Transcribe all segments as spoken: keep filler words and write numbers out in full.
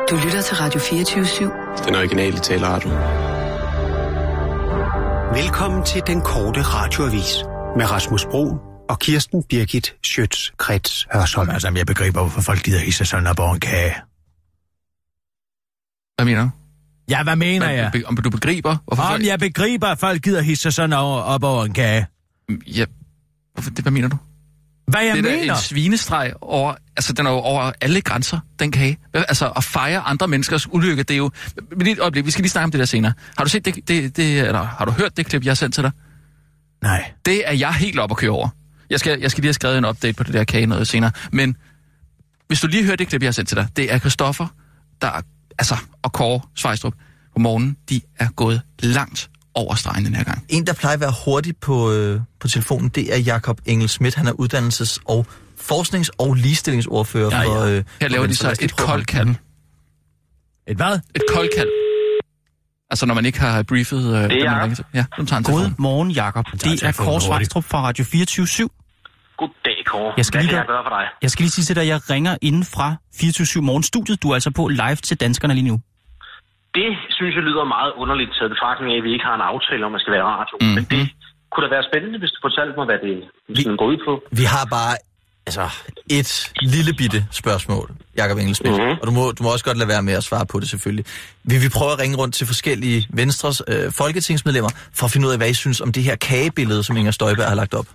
Du lytter til Radio fireogtyve syv. Den originale taleradio. Velkommen til den korte radioavis med Rasmus Broen og Kirsten Birgit Schøtz-Krets Hørsholm. Altså, jeg begriber, hvorfor folk gider hisse sådan op over en kage. Hvad mener du? Ja, hvad mener Men, jeg? be- om du begriber, hvorfor Om folk... jeg begriber, at folk gider hisse sådan over, op over en kage. Ja, hvorfor, det, hvad mener du? Hvad jeg det er mener? en svinestreg over, altså den er jo over alle grænser, den kage. Altså at fejre andre menneskers ulykke, det er jo... Men et øjeblik, vi skal lige snakke om det der senere. Har du set det, det, det eller har du hørt det klip, jeg har sendt til dig? Nej. Det er jeg helt op at køre over. Jeg skal, jeg skal lige have skrevet en update på det der kage noget senere. Men hvis du lige hører det klip, jeg har sendt til dig, det er Christoffer, der er, altså, og Kåre Svejstrup på morgenen, de er gået langt over stregen den her gang. En, der plejer at være hurtig på, øh, på telefonen, det er Jakob Engel Schmidt. Han er uddannelses- og forsknings- og ligestillingsordfører Ja, ja. for... Øh, Her laver de så et koldkald. Et hvad? Et koldkald. Altså når man ikke har briefet... Øh, det er man ja, nu tager han God telefonen. morgen, Jakob. Det er Kåre Svejstrup fra Radio fireogtyve syv. Goddag, Kåre. Jeg skal Hvad lige kan gøre- jeg gøre for dig? Jeg skal lige sige til dig, at jeg ringer inden fra fireogtyve syv Morgenstudiet. Du er altså på live til danskerne lige nu. Det synes jeg lyder meget underligt, taget betragtning af, at vi ikke har en aftale om, at man skal være radio. Mm-hmm. Men det kunne da være spændende, hvis du fortalte mig, hvad det sådan går ud på. Vi har bare altså, et lille bitte spørgsmål, Jakob Engel Schmidt. Mm-hmm. Og du må, du må også godt lade være med at svare på det, selvfølgelig. Vi vil prøve at ringe rundt til forskellige Venstres øh, folketingsmedlemmer, for at finde ud af, hvad I synes om det her kagebillede, som Inger Støjberg har lagt op.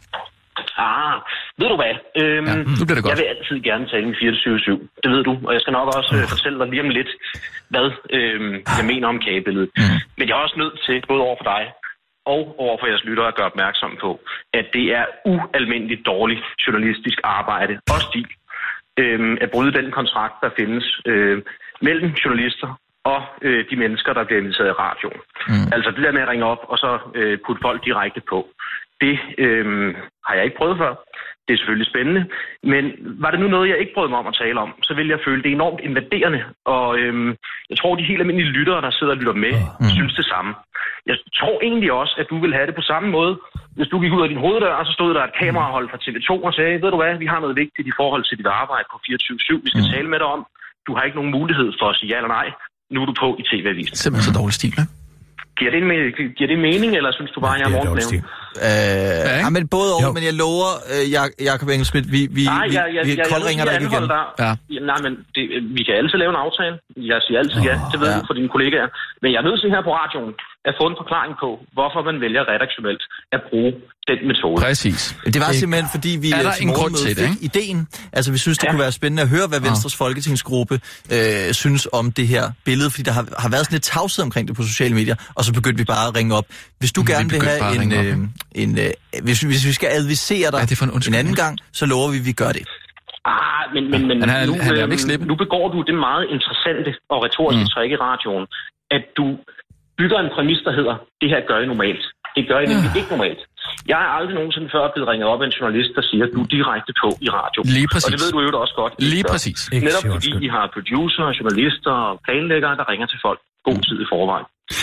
Ah, ved du hvad? Øhm, Ja, nu bliver det godt. Jeg vil altid gerne tale med fireogtyve syv. Det ved du. Og jeg skal nok også øh, fortælle dig lige om lidt, hvad øh, jeg mener om kagebilledet. Mm. Men jeg er også nødt til, både over for dig og over for jeres lyttere, at gøre opmærksom på, at det er ualmindeligt dårligt journalistisk arbejde og stil øh, at bryde den kontrakt, der findes øh, mellem journalister og øh, de mennesker, der bliver inviteret i radioen. Mm. Altså det der med at ringe op og så øh, putte folk direkte på. Det øh, har jeg ikke prøvet før. Det er selvfølgelig spændende. Men var det nu noget, jeg ikke brød mig om at tale om, så ville jeg føle det enormt invaderende. Og øh, jeg tror, de helt almindelige lyttere, der sidder og lytter med, mm. synes det samme. Jeg tror egentlig også, at du vil have det på samme måde. Hvis du gik ud af din hoveddør, og så stod der et kamerahold fra T V to og sagde, ved du hvad, vi har noget vigtigt i forhold til dit arbejde på fireogtyve syv. Vi skal mm. tale med dig om. Du har ikke nogen mulighed for at sige ja eller nej. Nu er du på i T V-avisen. Simpelthen så dårlig stil, ikke? Giver det, en, giver det mening, eller synes du bare, ja, jeg er morgensnævn? Øh, ja, men både og, men jeg lover, øh, Jakob Engel Schmidt, vi, vi, nej, jeg, jeg, vi jeg, koldringer dig ikke igen. Ja. Nej, men det, vi kan altid lave en aftale. Jeg siger altid oh, ja, det ved ja. du for dine kollegaer. Men jeg er nødt til her på radioen at få en forklaring på, hvorfor man vælger redaktionelt at bruge den metode. Præcis. Det var simpelthen, fordi vi er der til en grund til det, fik ideen. Altså, vi synes, det ja. kunne være spændende at høre, hvad Venstres ja. folketingsgruppe øh, synes om det her billede, fordi der har, har været sådan lidt tavshed omkring det på sociale medier, og så begyndte vi bare at ringe op. Hvis du vi gerne vil have en... Øh, en øh, hvis, hvis vi skal advisere dig ja, en, en anden gang, så lover vi, at vi gør det. Ah, men, men, men han, nu, han, øh, han nu begår du det meget interessante og retoriske mm. træk i radioen, at du bygger en præmis, der hedder, det her gør I normalt. Det gør I nemlig ikke normalt. Jeg er aldrig nogensinde før blevet ringet op af en journalist, der siger, at du er direkte på i radio. Lige præcis. Og det ved du jo også godt. Lige præcis. Netop fordi I har producer, journalister og planlæggere, der ringer til folk god tid i forvejen.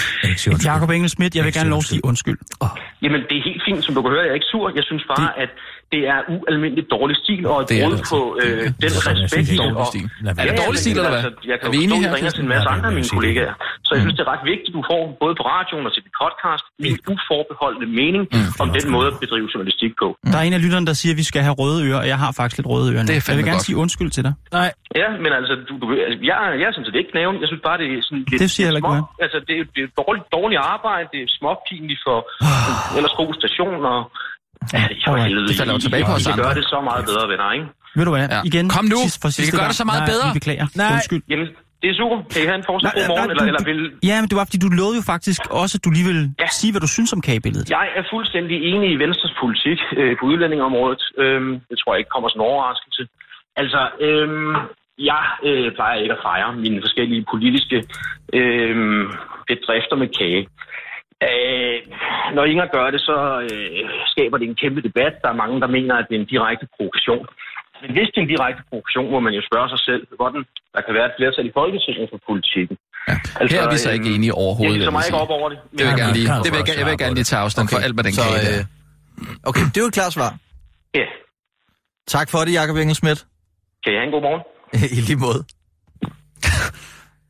Jakob Engel Schmidt, jeg vil gerne lov at sige undskyld. Oh. Jamen, det er helt fint, som du kan høre. Jeg er ikke sur. Jeg synes bare, det... at det er ualmindeligt dårlig stil og et brud på øh, den respekt. Og... Er det dårlig stil, eller hvad? Altså, jeg kan jo forstå, at ringer til en masse andre af mine kollegaer. Så jeg synes, det er ret vigtigt, at du får både på radioen og til din podcast en uforbeholdende mening om den måde at bedrive journalistik på. Der er en af lytterne, der siger, at vi skal have røde ører, og jeg har faktisk lidt røde ører nu. Jeg vil gerne sige undskyld til dig. Nej. Ja, men altså, du, du, jeg, jeg synes, det er ikke knæven. Jeg synes bare, det er sådan lidt... Det siger jeg ikke, små, altså, det, det er dårligt, dårligt arbejde, det er småpinligt for en ellers god station, og... Ja, helvede, det falder jo tilbage på os andre. Det gør det så meget bedre, venner, ikke? Ved du hvad? Ja. Igen. Kom nu, sidst, for vi kan gøre det så meget Nej, bedre. Vi beklager. Nej. Undskyld. Jamen, det er super. Kan I have en fortsat god morgen, eller, eller vil... Ja, men det var fordi, du lovede jo faktisk også, at du lige vil ja. sige, hvad du synes om kagebilledet. Jeg er fuldstændig enig i Venstres politik øh, på udlændingeområdet. Øhm, det tror jeg ikke kommer som en overraskelse. Altså, øhm, jeg øh, plejer ikke at fejre mine forskellige politiske øh, bedrifter med kage. Øh, når Inger gør det, så øh, skaber det en kæmpe debat. Der er mange, der mener, at det er en direkte provokation. Men hvis det er en direkte provokation, må man jo spørge sig selv, hvordan der kan være et flertal i Folketinget for politikken. Ja. Altså, her er vi så ikke enige overhovedet. Jeg er så meget ikke op over det. Det vil jeg gerne lige, det vil jeg, jeg vil gerne lige tage afstand okay. for alt, hvad den så, kan. Øh, okay, det er jo et klart svar. Ja. Tak for det, Jakob Engel Schmidt. Kan I have en god morgen? I lige måde.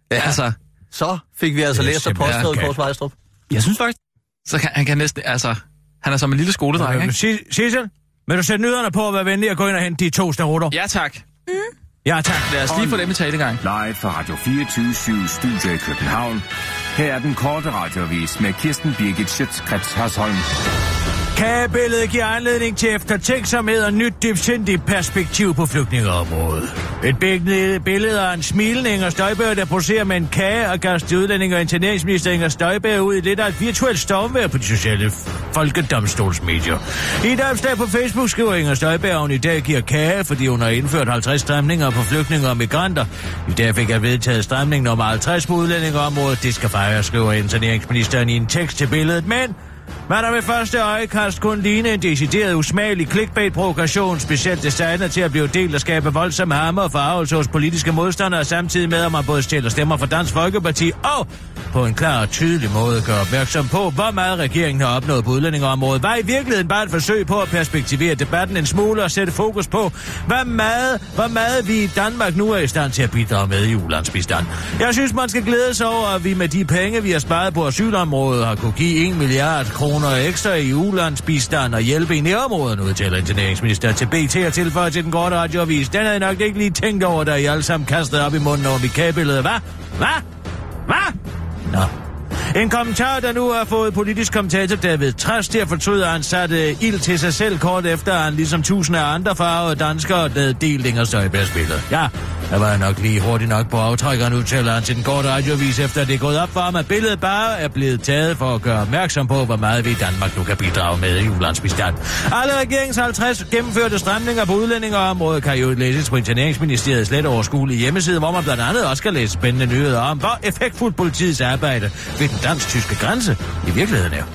Ja. Altså, Så fik vi altså Det er læst af simpelthen postskrevet okay. Kors Vejstrup. Jeg synes faktisk... så kan, han kan næsten, altså, han er som en lille skoledreng, ikke? Sissel, vil du sætte nyderne på at være venlig og gå ind og hente de to starutter? Ja, tak. Ja, tak. Lad os lige få dem i tale gang. Live fra Radio fireogtyve syv Studio i København. Her er den korte radioavis med Kirsten Birgit Schøtzgrads Hasholm. Kagebilledet giver anledning til eftertænksomhed og nyt dybsindigt perspektiv på flygtningeområdet. Et billede af en smilende Inger Støjberg, der poserer med en kage og gav til udlænding og interneringsminister Inger Støjberg ud i lidt af et virtuelt stormvejr på de sociale folkedomstolsmedier. I et opslag på Facebook skriver Inger Støjberg, at hun i dag giver kage, fordi hun har indført halvtreds stramninger på flygtninge og migranter. I dag fik jeg vedtaget stramning nummer halvtreds på udlændingeområdet. Det skal fejres, skriver interneringsministeren i en tekst til billedet, men hvad der ved første øjekast kun ligne en decideret usmagelig clickbait-provokation, specielt designet til at blive delt og skabe voldsom hammer og forarvelse hos politiske modstandere, samtidig med, at man både stjæler stemmer fra Dansk Folkeparti og på en klar og tydelig måde gør opmærksom på, hvor meget regeringen har opnået på udlændingeområdet, var i virkeligheden bare et forsøg på at perspektivere debatten en smule og sætte fokus på, hvor meget, hvor meget vi i Danmark nu er i stand til at bidrage med i ulandsbistand. Jeg synes, man skal glæde sig over, at vi med de penge, vi har sparet på asylområdet, har kunne give en milliard kroner ekstra i ulandsbistand og hjælpe i nærområderne, udtaler interneringsminister til B T og tilføjer til den korte radioavis. Den havde nok ikke lige tænkt over, da I alle sammen kastede op i munden over mit kagebillede. Hvad? Hvad? Hvad? Nå. En kommentar, der nu har fået politisk kommentator David Træs til at fortryde, at han satte ild til sig selv kort efter, at han ligesom tusinder af andre farvede danskere lavede delt Inger Støjbergs billede. Ja, der var jeg nok lige hurtigt nok på aftrækkeren, udtaler han til den korte radioavis, efter det er gået op for ham, at billedet bare er blevet taget for at gøre opmærksom på, hvor meget vi i Danmark nu kan bidrage med i ulandsbistand. Alle regeringens halvtreds gennemførte stramninger på udlændingeområdet kan jo læses på interneringsministeriets let overskuelige hjemmeside, hvor man blandt andet også kan læse spændende nyheder om, hvor effektfuldt politiets arbejde ved den dansk-tyske grænse i virkeligheden er.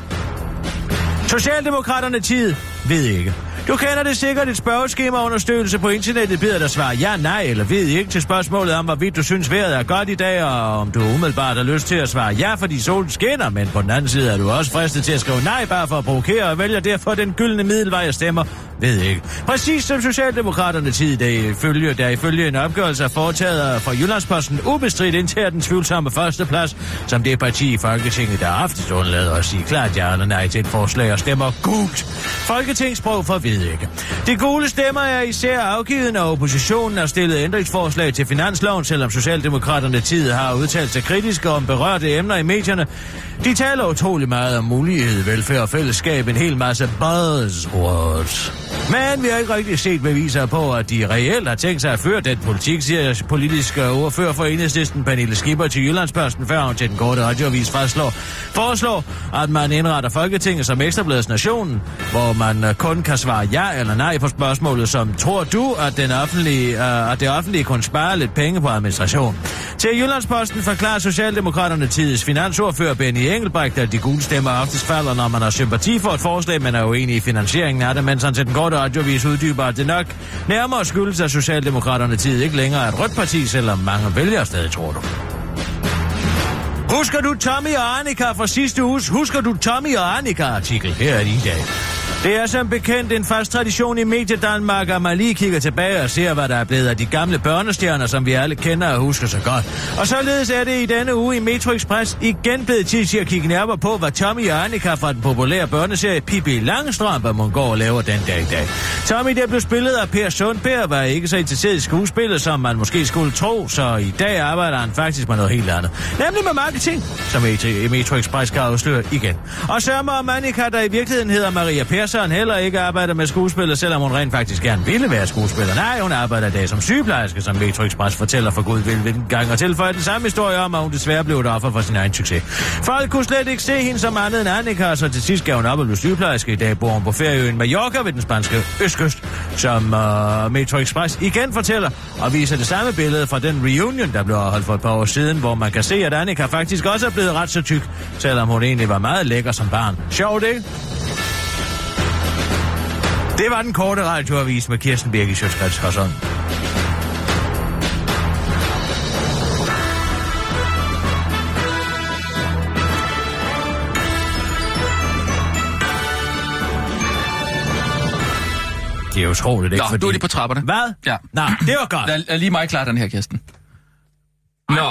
Socialdemokraterne tid ved ikke. Du kender det sikkert, et spørgeskema-understøttelse på internettet beder dig svare ja, nej eller ved ikke til spørgsmålet om, hvorvidt du synes vejret er godt i dag, og om du umiddelbart har lyst til at svare ja, fordi solen skinner, men på den anden side er du også fristet til at skrive nej, bare for at provokere, og vælger derfor den gyldne middelvej og stemmer ved ikke. Præcis som Socialdemokraterne tid, der ifølge, der ifølge en opgørelse er foretaget fra Jyllandsposten ubestridt indtager den tvivlsomme førsteplads, som det parti i Folketinget, der aftes undlader at sige klart ja eller nej til et forslag og stemmer gult. Folketingssprog for ved ikke. De gule stemmer er især afgivet, når oppositionen har stillet ændringsforslag til finansloven, selvom Socialdemokraterne tid har udtalt sig kritisk om berørte emner i medierne. De taler utrolig meget om mulighed, velfærd og fællesskab, en hel masse buzzwords. Men vi har ikke rigtig set beviser på, at de reelt har tænkt sig at føre den politik, siger politiske ordfører for Enhedslisten Pernille Skipper til Jyllandsposten, før hun til den korte radioavis fastslår, foreslår, at man indretter Folketinget som Ekstrabladets Nationen, hvor man kun kan svare ja eller nej på spørgsmålet som, tror du, at, den offentlige, uh, at det offentlige kunne spare lidt penge på administration? Til Jyllandsposten forklarer Socialdemokraterne tids finansordfører Benny Engelbrecht, at de gule stemmer oftest falder, når man har sympati for et forslag, men er uenig i finansieringen af det, mens han til den korte radioavis uddyber, at det nok nærmere skyldes, at Socialdemokraterne tid ikke længere er et rødt parti, selvom mange vælgere stadig tror du. Husker du Tommy og Annika fra sidste uges? Husker du Tommy og Annika-artikel? Her er det i dag. Det er som bekendt en fast tradition i Mediedanmark, at man lige kigger tilbage og ser, hvad der er blevet af de gamle børnestjerner, som vi alle kender og husker så godt. Og således er det i denne uge i Metro Express igen blevet tid til at kigge nærmere på, hvad Tommy og Annika fra den populære børneserie Pippi Langstrømpe må gå og laver den dag i dag. Tommy, der blev spillet af Per Sundberg, var ikke så interesseret i skuespillet, som man måske skulle tro, så i dag arbejder han faktisk med noget helt andet. Nemlig med marketing, som Metro Express kan afsløre igen. Og sørger om Annika, der i virkeligheden hedder Maria Persson, heller ikke arbejder med skuespiller, selvom hun rent faktisk gerne ville være skuespiller. Nej, hun arbejder i dag som sygeplejerske, som Metro Express fortæller for god hvilken gang, og tilføjer den samme historie om, at hun desværre blev et offer for sin egen succes. Folk kunne slet ikke se hende som andet end Annika, så til sidst gav hun op og blev sygeplejerske. I dag bor hun på ferieøen Mallorca ved den spanske østkyst, som uh, Metro Express igen fortæller, og viser det samme billede fra den reunion, der blev holdt for et par år siden, hvor man kan se, at Annika faktisk også er blevet ret så tyk, selvom hun egentlig var meget lækker som barn. Sjovt, ikke? Det var den korte radioavis med Kirsten Birgit Schøtzgrads Hasholm. Det er jo utroligt, ikke? Nå, fordi... du er lige på trapperne. Hvad? Ja. Nå, det var godt. Lad, lad lige mig klare den her, Kirsten. Nå,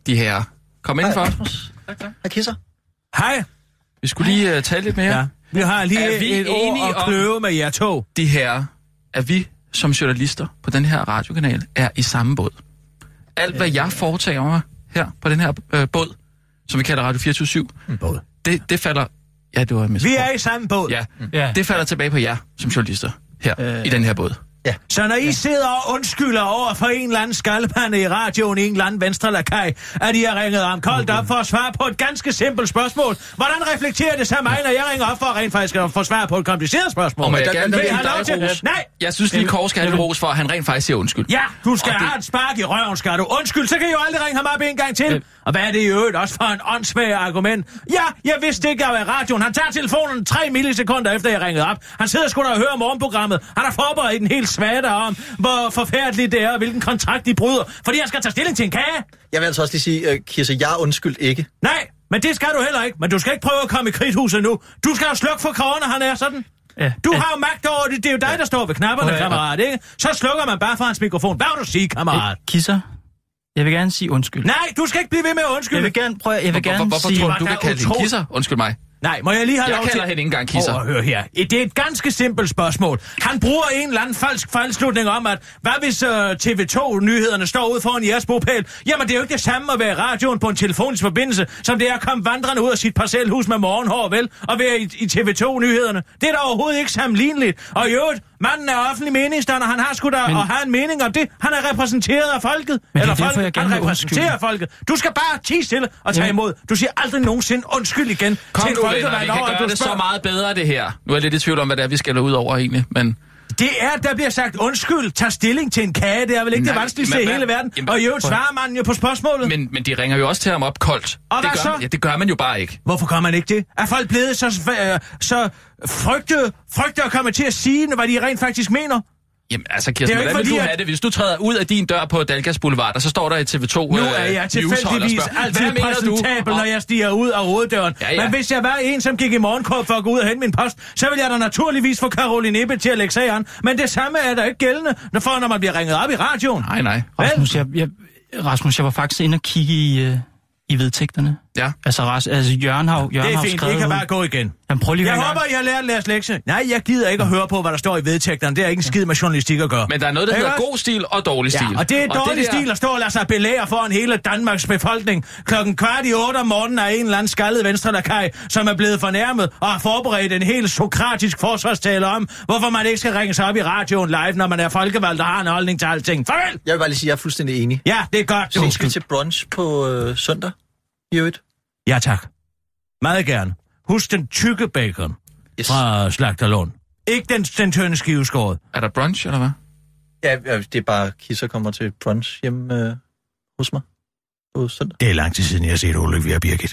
de her. Kom ind for. Tak, tak. Hej, kisser. Hej. Vi skulle lige uh, tale lidt mere. Ja. Vi har lige er vi et ord at kløve med jer to. De her, at vi som journalister på den her radiokanal er i samme båd. Alt, hvad jeg foretager mig her på den her øh, båd, som vi kalder Radio fireogtyve syv, båd. Det, det falder... Ja, det var en Vi er i samme båd. Ja, ja, det falder tilbage på jer som journalister her øh, i den her båd. Ja. Så når I ja. sidder og undskylder over for en eller anden skalpande i radioen, en eller anden venstre lakaj, at I har ringet om koldt op for at svare på et ganske simpelt spørgsmål, hvordan reflekterer det sig mig, når jeg ringer op for at rent faktisk at få svar på et kompliceret spørgsmål? Og må jeg gerne vil have lov til... Nej! Jeg synes lige, Kåre skal have lidt ros for, at han rent faktisk siger undskyld. Ja, du skal og have det... et spark i røven, skal du. Undskyld, så kan I jo aldrig ringe ham op en gang til. Øh. Og hvad er det i øvrigt også for en åndssvag argument? Ja, jeg vidste ikke, at jeg var i radioen. Han tager telefonen tre millisekunder efter, jeg ringede op. Han sidder sgu da og hører morgenprogrammet. Han har forberedt en helt svada om, hvor forfærdeligt det er, og hvilken kontrakt de bryder, fordi jeg skal tage stilling til en kage. Jeg vil altså også lige sige, uh, Kirse, jeg er undskyldt ikke. Nej, men det skal du heller ikke. Men du skal ikke prøve at komme i kridthuset nu. Du skal jo slukke for kravene, han er sådan. Ja, du ja. har jo magt over det. Det er jo dig, der står ved knapperne, ja, kammerat, ikke? Så slukker man bare for hans mikrofon. Hvad vil du sige, kammerat? Hey, Kisser, jeg vil gerne sige undskyld. Nej, du skal ikke blive ved med at undskylde. Jeg vil gerne prøve, jeg vil gerne Hvorfor sige... tror du, du kan kalde hende Kisser? Undskyld mig. Nej, må jeg lige have jeg lov til... Jeg kalder hende ikke engang Kisser. Åh, hør her. Det er et ganske simpelt spørgsmål. Han bruger en eller anden falsk fejlslutning om, at hvad hvis uh, T V to-nyhederne står ude foran jeres bopæl? Jamen, det er jo ikke det samme at være i radioen på en telefonisk forbindelse, som det er at komme vandrende ud af sit parcelhus med morgenhår, vel? Og være i, i T V to-nyhederne. Det er da overhovedet ikke sammenligneligt. Og i øvrigt, manden er offentlig meningsdanner. Han har sgu da men... og har en mening om det. Han er repræsenteret af folket. Men Eller det er derfor, folket. jeg Han repræsenterer folket. Du skal bare tie stille og tage imod. Du siger aldrig nogensinde undskyld igen. Kom til du, venner, vi kan gøre det så meget bedre, det her. Nu er jeg lidt i tvivl om, hvad det er, vi skal ud over egentlig, men... Det er, der bliver sagt undskyld, tag stilling til en kage. Det er vel ikke Nej, det vanskeligste i hele verden. Jamen, og i øvrigt svarer man jo på spørgsmålet. Men, men de ringer jo også til ham op koldt. Og det hvad gør, så? Ja, det gør man jo bare ikke. Hvorfor gør man ikke det? Er folk blevet så, øh, så frygte, frygte at komme til at sige, hvad de rent faktisk mener? Jamen altså, Kirsten, hvordan vil du at... have det, hvis du træder ud af din dør på Dalgas Boulevard, og så står der i T V to Nu er jeg tilfældigvis altid præsentabel, når jeg stiger ud af hoveddøren. Ja, ja. Men hvis jeg var en, som gik i morgenkåb for at gå ud og hente min post, så ville jeg da naturligvis få Caroline Ebbe til at lægge sig an. Men det samme er der ikke gældende, for når man bliver ringet op i radioen. Nej, nej. Rasmus, jeg, jeg, Rasmus, jeg var faktisk inde og kigge i... Øh... i vedtægterne. Ja. Altså, altså Jørgen har jo Jørgen Det er fint, skrevet... I kan bare gå igen. Jamen, prøv lige jeg håber, I har lært at læse lektie. Nej, jeg gider ikke at høre på, hvad der står i vedtægterne. Det er ikke en skid med journalistik at gøre. Men der er noget, der hedder god stil og dårlig stil. Ja, og det er dårlig det der... stil at stå og lade sig belære foran hele Danmarks befolkning. Klokken kvart i otte om morgenen er en eller anden skaldet venstre lakaj, som er blevet fornærmet og har forberedt en helt sokratisk forsvarstale om, hvorfor man ikke skal ringe sig op i radioen live, når man er folkevalgt og har en holdning til alting. Farvel! Jeg vil bare lige sige, at jeg er fuldstændig enig. Ja, det er godt. Så vi skal til brunch på øh, søndag. I øvrigt. Ja, tak. Meget gerne. Husk den tykke bacon yes. fra Slagterlund. Ikke den, den tynde skiveskåret. Er der brunch, eller hvad? Ja, det er bare, Kisser kommer til brunch hjemme øh, hos mig på søndag. Det er lang tid siden, jeg har set Olivia Birgit.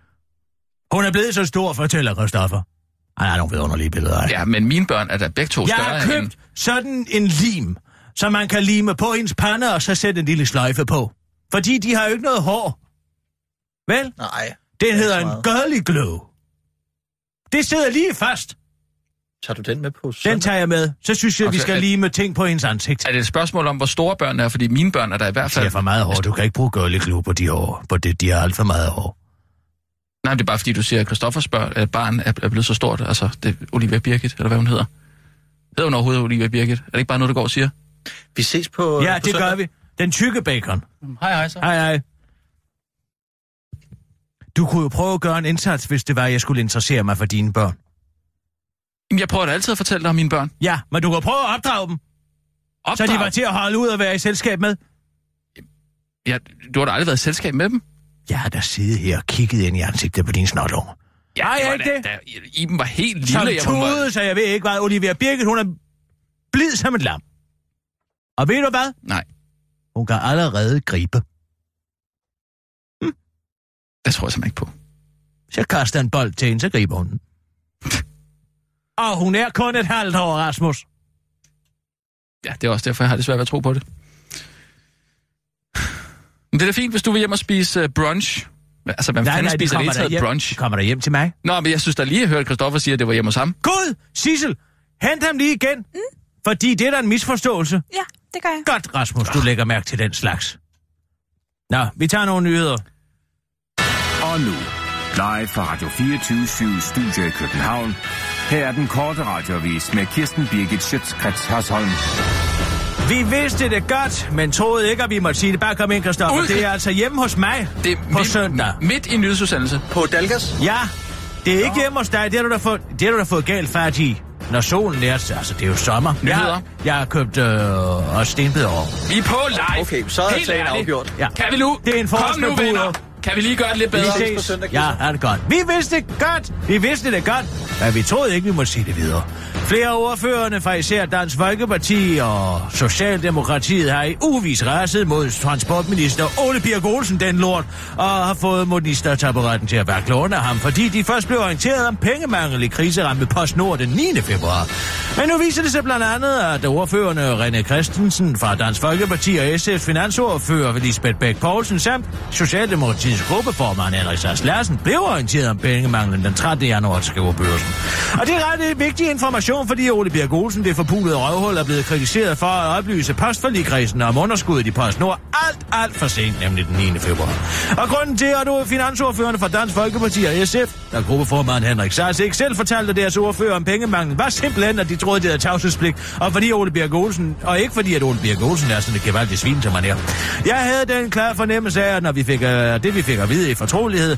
Hun er blevet så stor, fortæller Christoffer. Han har nogle vidunderlige billeder af. Ja, men mine børn er da begge to jeg større. Jeg har købt end... sådan en lim, som man kan lime på ens pande, og så sætte en lille sløjfe på. Fordi de har jo ikke noget hår. Vel? Nej. Den hedder en girly glow. Det sidder lige fast. Tager du den med på søndag? Den tager jeg med. Så synes jeg, okay, vi skal er... lime ting på hendes ansigt. Er det et spørgsmål om, hvor store børn er? Fordi mine børn er der i hvert fald... Det er for meget hår. Du kan ikke bruge girly glow på de hår. På det, de har alt for meget hår. Nej, det er bare fordi, du siger, at Christoffers børn, barn er blevet så stort. Altså, det er Olivia Birgit, eller hvad hun hedder. Hedder hun overhovedet Olivia Birgit? Er det ikke bare noget, der går og siger? Vi ses på... Ja, på det søndag. gør vi. Den tykke bacon. Hej, hej så. Hej, hej. Du kunne jo prøve at gøre en indsats, hvis det var, at jeg skulle interessere mig for dine børn. Jeg prøver da altid at fortælle dig om mine børn. Ja, men du kan prøve at opdrage dem. Opdrag? Så de var til at holde ud og være i selskab med. Ja, du har da aldrig været i selskab med dem. Jeg har da siddet her og kigget ind i ansigtet på dine snotunge. Ja, Nej, det var ikke da, det? Da, Iben var helt lille. Som jeg tude, var... så jeg ved ikke hvad. Olivia Birgit, hun er blid som et lam. Og ved du hvad? Nej. Hun kan allerede gribe. Hm? Det tror jeg simpelthen ikke på. Så kaster en bold til hende, så griber hun den. Og hun er kun et halvt år, Rasmus. Ja, det er også derfor, jeg har det svært ved at tro på det. Men det er da fint, hvis du vil hjem og spise brunch. Altså, hvem fanden spiser det taget brunch? Kommer der hjem til mig? Nå, men jeg synes da lige, at jeg hørte Christoffer sige, at det var hjemme hos ham. Gud, Sissel, hent ham lige igen. Mm. Fordi det er da en misforståelse. Ja, det gør jeg. Godt, Rasmus, du lægger mærke til den slags. Nå, vi tager nogle nyheder. Og nu, live fra Radio fireogtyve syv Studio i København. Her er den korte radioavis med Kirsten Birgit Schøtz-Krets Hørsholm. Vi vidste det godt, men troede ikke, at vi måtte sige det. Bare kom ind, Christoffer. Ud. Det er altså hjemme hos mig Det er på midt, søndag. midt i nyhedsudsendelse. På Dalgas? Ja, det er ikke hjemme hos dig. Det har du da fået, det har du da fået galt fat i. Når solen er, altså det er jo sommer. Jeg, Nyheder. har- jeg har købt øh, også stenbid over. Vi er på live. Okay, så er Helt sagen ærligt. afgjort. Ja. Kan vi nu? Det er en Kom nu, forårsbebud. venner. Kan vi lige gøre det lidt bedre? Vi ses på søndag, Ja, Kirsten. er det godt. Vi vidste det godt. Vi vidste det godt. Men vi troede ikke, vi måtte sige det videre. Flere af ordførerne fra især Dansk Folkeparti og Socialdemokratiet har i ugevis ræsset mod transportminister Ole Birk Olsen, den lort, og har fået ministertaburetten til at vakle under ham, fordi de først blev orienteret om pengemangel i kriserammet PostNord den niende februar. Men nu viser det sig blandt andet, at ordførerne René Christensen fra Dansk Folkeparti og S F's finansordfører Lisbeth Bech Poulsen samt Socialdemokratiets gruppeformand Henrik Sass Larsen blev orienteret om pengemanglen den trettende januar, skriver Børsen. Og det er ret vigtig information, fordi Ole Birk Olsen, det forpulede røvhul, er blevet kritiseret for at oplyse postforligkredsen om underskuddet i PostNord alt, alt for sent, nemlig den niende februar. Og grunden til, at du finansordførerne fra Dansk Folkeparti og S F, der gruppeformand Henrik Sass ikke selv fortalte deres ordfører om pengemanglen, var simpelthen, at de troede, det havde tavshedspligt, og fordi Ole Birk Olsen, og ikke fordi, at Ole Birk Olsen er sådan et gevaldigt svin, som han er. Jeg havde den klare fornemmelse af, at når vi fik, uh, det vi fik at vide i fortrolighed,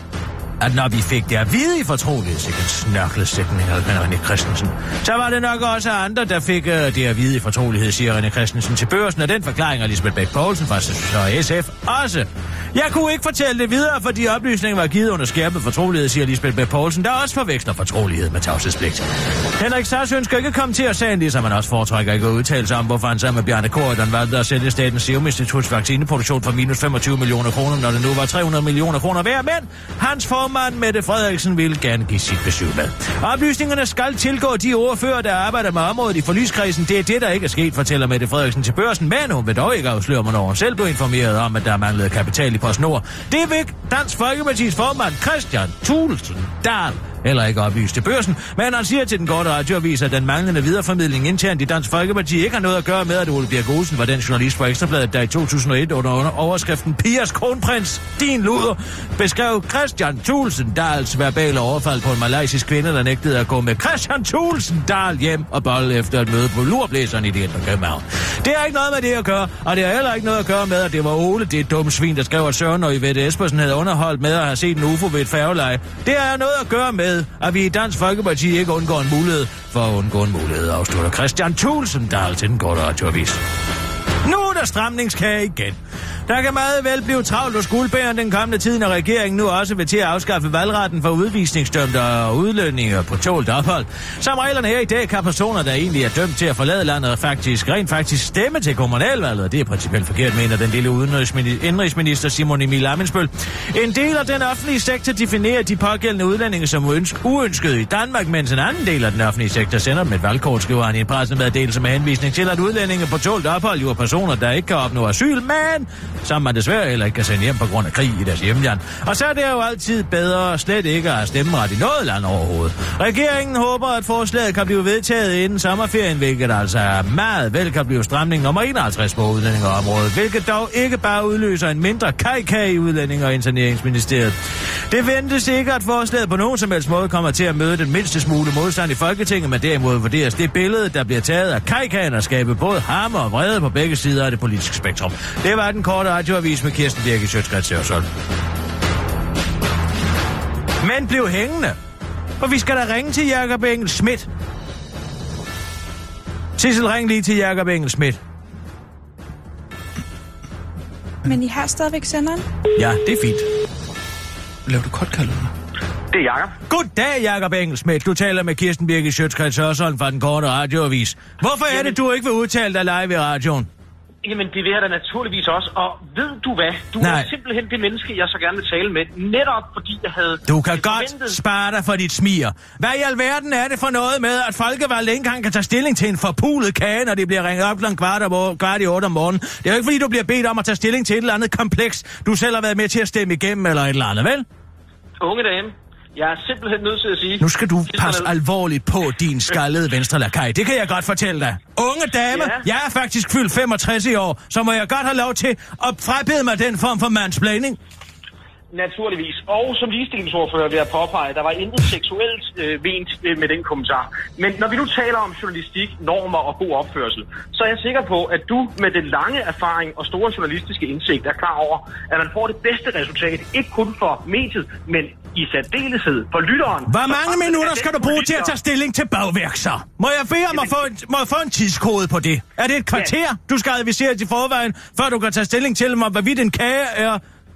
at når vi fik det at vide i fortrolighed, så en snørklet sætning af René Christensen, så var det nok også andre, der fik uh, det at vide i fortrolighed, siger René Christensen til Børsen, og den forklaring af Lisbeth Bech Poulsen fra S F også. Jeg kunne ikke fortælle det videre, fordi oplysningen var givet under skærpet fortrolighed, siger Lisbeth Bech Poulsen, der også forveksler fortrolighed med tavshedspligt. Henrik Sass ønsker ikke at komme til at sagen, ligesom han også foretrækker ikke at udtale sig om, hvorfor han sammen med Bjarne Corydon valgte at sælge Statens Serum Instituts vaccineproduktion for minus femogtyve millioner kroner, når det nu var tre hundrede millioner kroner værd, men hans formand Mette Frederiksen ville gerne give sit besøg med. Oplysningerne skal tilgå de ordfører, der arbejder med området i forligskredsen. Det er det, der ikke er sket, fortæller Mette Frederiksen til Børsen, men hun vil dog ikke afsløre, hvornår hun selv blev informeret om, at der manglede kapital i PostNord. Det er væk Dansk Folkepartis formand Christian Thulesen Dahl heller ikke oplyst til Børsen, men han siger til den korte radioavis, at den manglende videreformidling internt i Dansk Folkeparti ikke har noget at gøre med, at Ole Birk Olsen var den journalist fra Ekstrabladet, der i to tusind og et under overskriften Pias kronprins, din luder, beskrev Christian Thulesen Dahls verbale overfald på en malaysisk kvinde, der nægtede at gå med Christian Thulesen Dahl hjem og bolle efter et møde på lurblæseren i det indre København. Det har ikke noget med det at gøre, og det har heller ikke noget at gøre med, at det var Ole, det dumme svin, der skrev, at Søren og Yvette Espersen havde underholdt med at have set en U F O ved et færgeleje. Det har noget at gøre med, at vi i Dansk Folkeparti ikke undgår en mulighed for at undgå en mulighed, afslutter Christian Thulesen Dahl til den korte radioavis. Nu er der stramningskage igen. Der kan meget vel blive travlt hos guldbæren den kommende tid, når regeringen nu også vil til at afskaffe valgretten for udvisningsdømte og udlønninger på tålt ophold. Som reglerne her i dag kan personer, der egentlig er dømt til at forlade landet, faktisk rent faktisk stemme til kommunalvalget. Det er principielt forkert, mener den lille udenrigsminister Simon Emil Ammitzbøll. En del af den offentlige sektor definerer de pågældende udlændinge som uønskede i Danmark, mens en anden del af den offentlige sektor sender dem et valgkort, skriver han i en pressemeddelelse med henvisning til, at udlændinge på tålt ophold jo er personer, der ikke kan opnå asyl, men som man desværre heller ikke kan sende hjem på grund af krig i deres hjemland. Og så er det jo altid bedre slet ikke at have stemmeret i noget land overhovedet. Regeringen håber, at forslaget kan blive vedtaget inden sommerferien, hvilket altså er meget vel kan blive stramning nummer enoghalvtreds på udlændingeområdet, hvilket dog ikke bare udløser en mindre kajkage i udlænding- og interneringsministeriet. Det ventes ikke, at forslaget på nogen som helst måde kommer til at møde den mindste smule modstand i Folketinget, men derimod vurderes det billede, der bliver taget af kajkagen at skabe både hammer og vrede på begge sider af det politiske spektrum. Det var den korte radioavis med Kirsten Birgit Schøtz-Krets Hørsholm. Men bliv hængende, for vi skal da ringe til Jakob Engel Schmidt. Sissel, ring lige til Jakob Engel Schmidt. Men I har stadigvæk senderen? Ja, det er fint. Laver du kortkalder? Det er Jakob. Goddag, Jakob Engel Schmidt. Du taler med Kirsten Birgit Schøtz-Krets Hørsholm fra den korte radioavis. Hvorfor er det, du ikke vil udtale dig live i radioen? Jamen, det vil jeg da naturligvis også. Og ved du hvad? Du Nej. er simpelthen det menneske, jeg så gerne vil tale med. Netop fordi jeg havde... Du kan godt forventet... spare dig for dit smir. Hvad i alverden er det for noget med, at folkevalget ikke engang kan tage stilling til en forpulet kage, når det bliver ringet op klokken kvart, kvart i otte om morgenen? Det er jo ikke, fordi du bliver bedt om at tage stilling til et eller andet kompleks, du selv har været med til at stemme igennem eller et eller andet, vel? Unge dame, Jeg er simpelthen nødt til at sige... Nu skal du passe alvorligt på din skaldede venstre lakaj. Det kan jeg godt fortælle dig. Unge dame, ja. Jeg er faktisk fyldt femogtres i år, så må jeg godt have lov til at frabede mig den form for mansplaining. Naturligvis. Og som ligestillingsordfører vil jeg påpege, der var intet seksuelt øh, vent øh, med den kommentar. Men når vi nu taler om journalistik, normer og god opførsel, så er jeg sikker på, at du med den lange erfaring og store journalistiske indsigt er klar over, at man får det bedste resultat, ikke kun for mediet, men i særdeleshed for lytteren. Hvor mange minutter skal du bruge til at tage stilling til bagværkser? Må jeg bede om at få en, må jeg få en tidskode på det? Er det et kvarter, du skal advisere til forvejen, før du kan tage stilling til, om hvorvidt en kage er...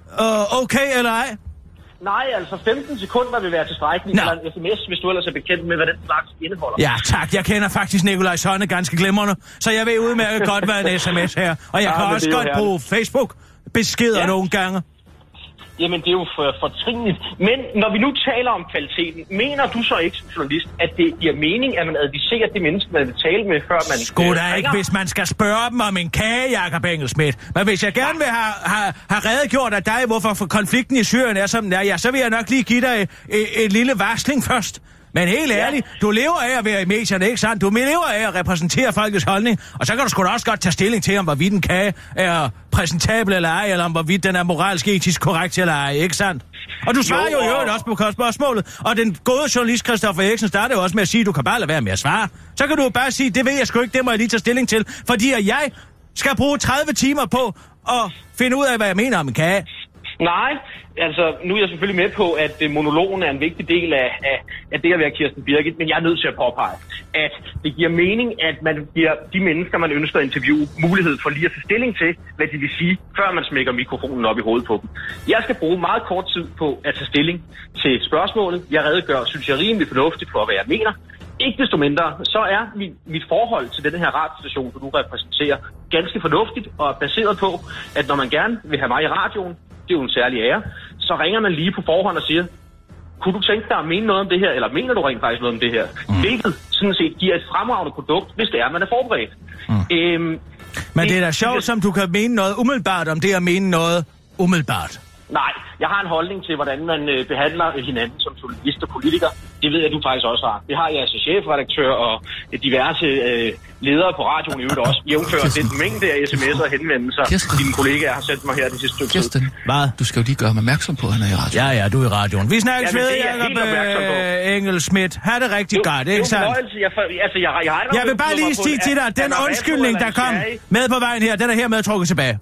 Uh, okay, eller ej? Nej, altså femten sekunder vil være tilstrækkeligt, eller en sms, hvis du ellers er bekendt med, hvad den slags indeholder. Ja, tak. Jeg kender faktisk Nikolaj Sonne ganske glimrende, så jeg ved udmærket godt, hvad en sms her. Og jeg ja, kan også godt bruge Facebook-beskeder ja. nogle gange. Jamen, det er jo for, fortrinligt. Men når vi nu taler om kvaliteten, mener du så ikke som journalist, at det giver mening, at man adviserer det menneske, man vil tale med, før man... Sgu da ikke, hvis man skal spørge dem om en kage, Jakob Engelsmidt. Men hvis jeg gerne vil have, have, have redegjort af dig, hvorfor konflikten i Syrien er som den er, ja, så vil jeg nok lige give dig et, et lille varsling først. Men helt ærligt, ja. Du lever af at være i medierne, ikke sandt? Du lever af at repræsentere folkets holdning, og så kan du sgu da også godt tage stilling til, om hvorvidt en kage er præsentabel eller ej, eller om hvorvidt den er moralsk etisk korrekt eller ej, ikke sandt? Og du svarer jo i øvrigt også på spørgsmålet, og den gode journalist Christoffer Eriksen starter jo også med at sige, at du kan bare lade være med at svare. Så kan du jo bare sige, det ved jeg sgu ikke, det må jeg lige tage stilling til, fordi at jeg skal bruge tredive timer på at finde ud af, hvad jeg mener om en kage. Nej, altså nu er jeg selvfølgelig med på, at monologen er en vigtig del af, af, af det at være Kirsten Birgit, men jeg er nødt til at påpege, at det giver mening, at man giver de mennesker, man ønsker at interviewe, mulighed for lige at tage stilling til, hvad de vil sige, før man smækker mikrofonen op i hovedet på dem. Jeg skal bruge meget kort tid på at tage stilling til spørgsmålet. Jeg redegør, synes jeg, rimelig fornuftigt for, hvad jeg mener. Ikke desto mindre, så er mit, mit forhold til den her radiostation, du nu repræsenterer, ganske fornuftigt og baseret på, at når man gerne vil have mig i radioen, det er jo en særlig ære, så ringer man lige på forhånd og siger, kunne du tænke dig at mene noget om det her, eller mener du rent faktisk noget om det her? Mm. Hvilket sådan set giver et fremragende produkt, hvis det er, man er forberedt. Mm. Øhm, Men det er da sjovt, som du kan mene noget umiddelbart om det at mene noget umiddelbart. Nej, jeg har en holdning til, hvordan man øh, behandler hinanden som journalist og politiker. Det ved jeg, du faktisk også har. Det har jeg som chefredaktør og øh, diverse øh, ledere på radioen i øvrigt også. Jævnfører den mængde af sms'er og henvendelser, Kirsten. Dine kollegaer har sendt mig her det sidste stykke tid. Kirsten, hvad? Du skal jo lige gøre mig opmærksom på, at han er i radioen. Ja, ja, du er i radioen. Vi snakkes ved, Jakob øh, Engelsmidt. Ha' det rigtig jo, godt, ikke sandt? Jeg, altså, jeg, jeg, jeg, jeg vil bare lige sige til dig, at den undskyldning, der kom med på vejen her, den er hermed trukket tilbage.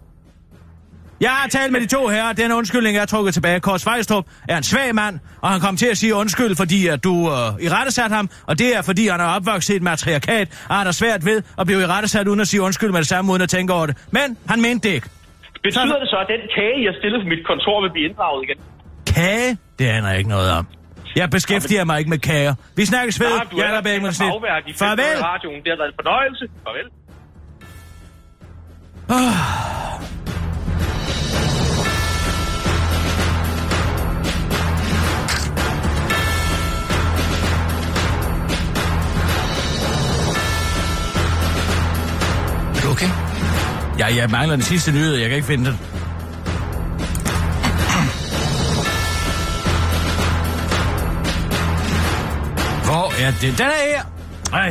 Jeg har talt med de to herrer, den undskyldning er trukket tilbage. Kåre Svejstrup er en svag mand, og han kom til at sige undskyld, fordi at du øh, irettesat ham, og det er fordi, han er opvokset i et matriarkat, og han er svært ved at blive irettesat uden at sige undskyld med det samme, uden at tænke over det. Men han mente det ikke. Betyder så... det så, at den kage, jeg stillede på mit kontor, vil blive inddraget igen? Kage? Det aner jeg ikke noget om. Jeg beskæftiger mig ikke med kager. Vi snakkes ved. Ja, du er der med bagværk i Farvel. Radioen. Det har været en fornøjelse. Farvel. Oh. Okay. Ja, jeg mangler den sidste nyhed. Jeg kan ikke finde den. Hvor er den? Den er her. Ej.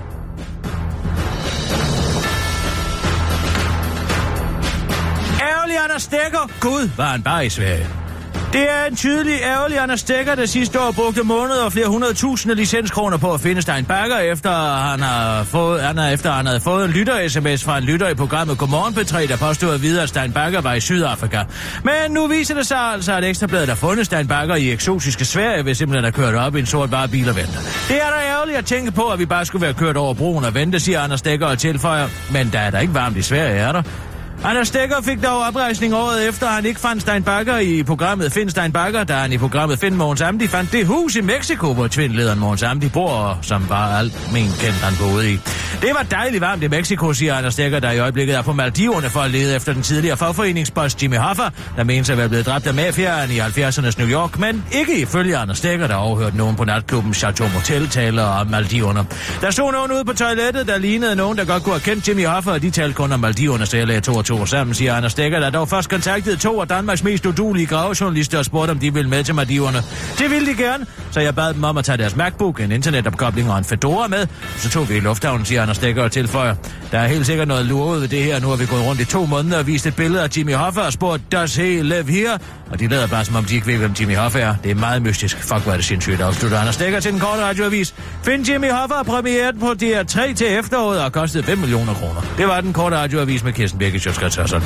Ærgerlig Anders Stegger. Gud, var han bare i Sverige. Det er en tydelig ærgerlig Anders Stegger, der sidste år brugte måneder og flere hundrede tusinde licenskroner på at finde Stein Bagger, efter han har fået, han har, efter han havde fået en lytter-sms fra en lytter i programmet Godmorgen P tre, der påstod at vide, at Stein Bagger var i Sydafrika. Men nu viser det sig altså, at Ekstrabladet har fundet Stein Bagger i eksotiske Sverige, ved simpelthen at kørt op i en sort varebil og venter. Det er da ærgerligt at tænke på, at vi bare skulle være kørt over broen og vente, siger Anders Stegger og tilføjer. Men der er da ikke varmt i Sverige, er der? Anders Stegger fik dog oprejsning året efter, han ikke fandt Stein Bagger i programmet Find Stein Bagger, da han i programmet Find Mogens Amdi fandt det hus i Mexico, hvor tvindlederen Mogens Amdi bor, og som bare alt men kendt han boede i. Det var dejligt varmt i Mexico, siger Anders Stegger, der i øjeblikket er på Maldiverne for at lede efter den tidligere fagforeningsboss Jimmy Hoffa, der menes at være blevet dræbt af mafiaen i halvfjerdsernes New York, men ikke ifølge Anders Stegger, der overhørte nogen på natklubben Chateau Motel taler om Maldiverne. Der stod nogen ude på toilettet, der lignede nogen, der godt kunne have kendt Jimmy Hoffa, og de talte kun om Maldiverne, så jeg lagde to og to klore sammen, siger Anders Dækker, der dog først kontaktede to af Danmarks mest udulige gravejournalister og spurgte, om de ville med til Maldiverne. Det ville de gerne, så jeg bad dem om at tage deres MacBook, en internetopkobling og en Fedora med. Så tog vi i lufthavnen, siger Anders Dækker og tilføjer. Der er helt sikkert noget luret ved det her. Nu har vi gået rundt i to måneder og vist et billede af Jimmy Hoffa og spurgt, does he live here? Og de lader bare, som om de ikke ved, hvem Jimmy Hoffa er. Det er meget mystisk. Fuck, hvor er det sindssygt, afslutter Anders Dækker til den korte radioavis. Find Jimmy Hoffa premieret på D R tre til efteråret og kostede fem millioner kroner. Det var den korte radioavis med Kirsten Birgit Sjøtskrets Hassan.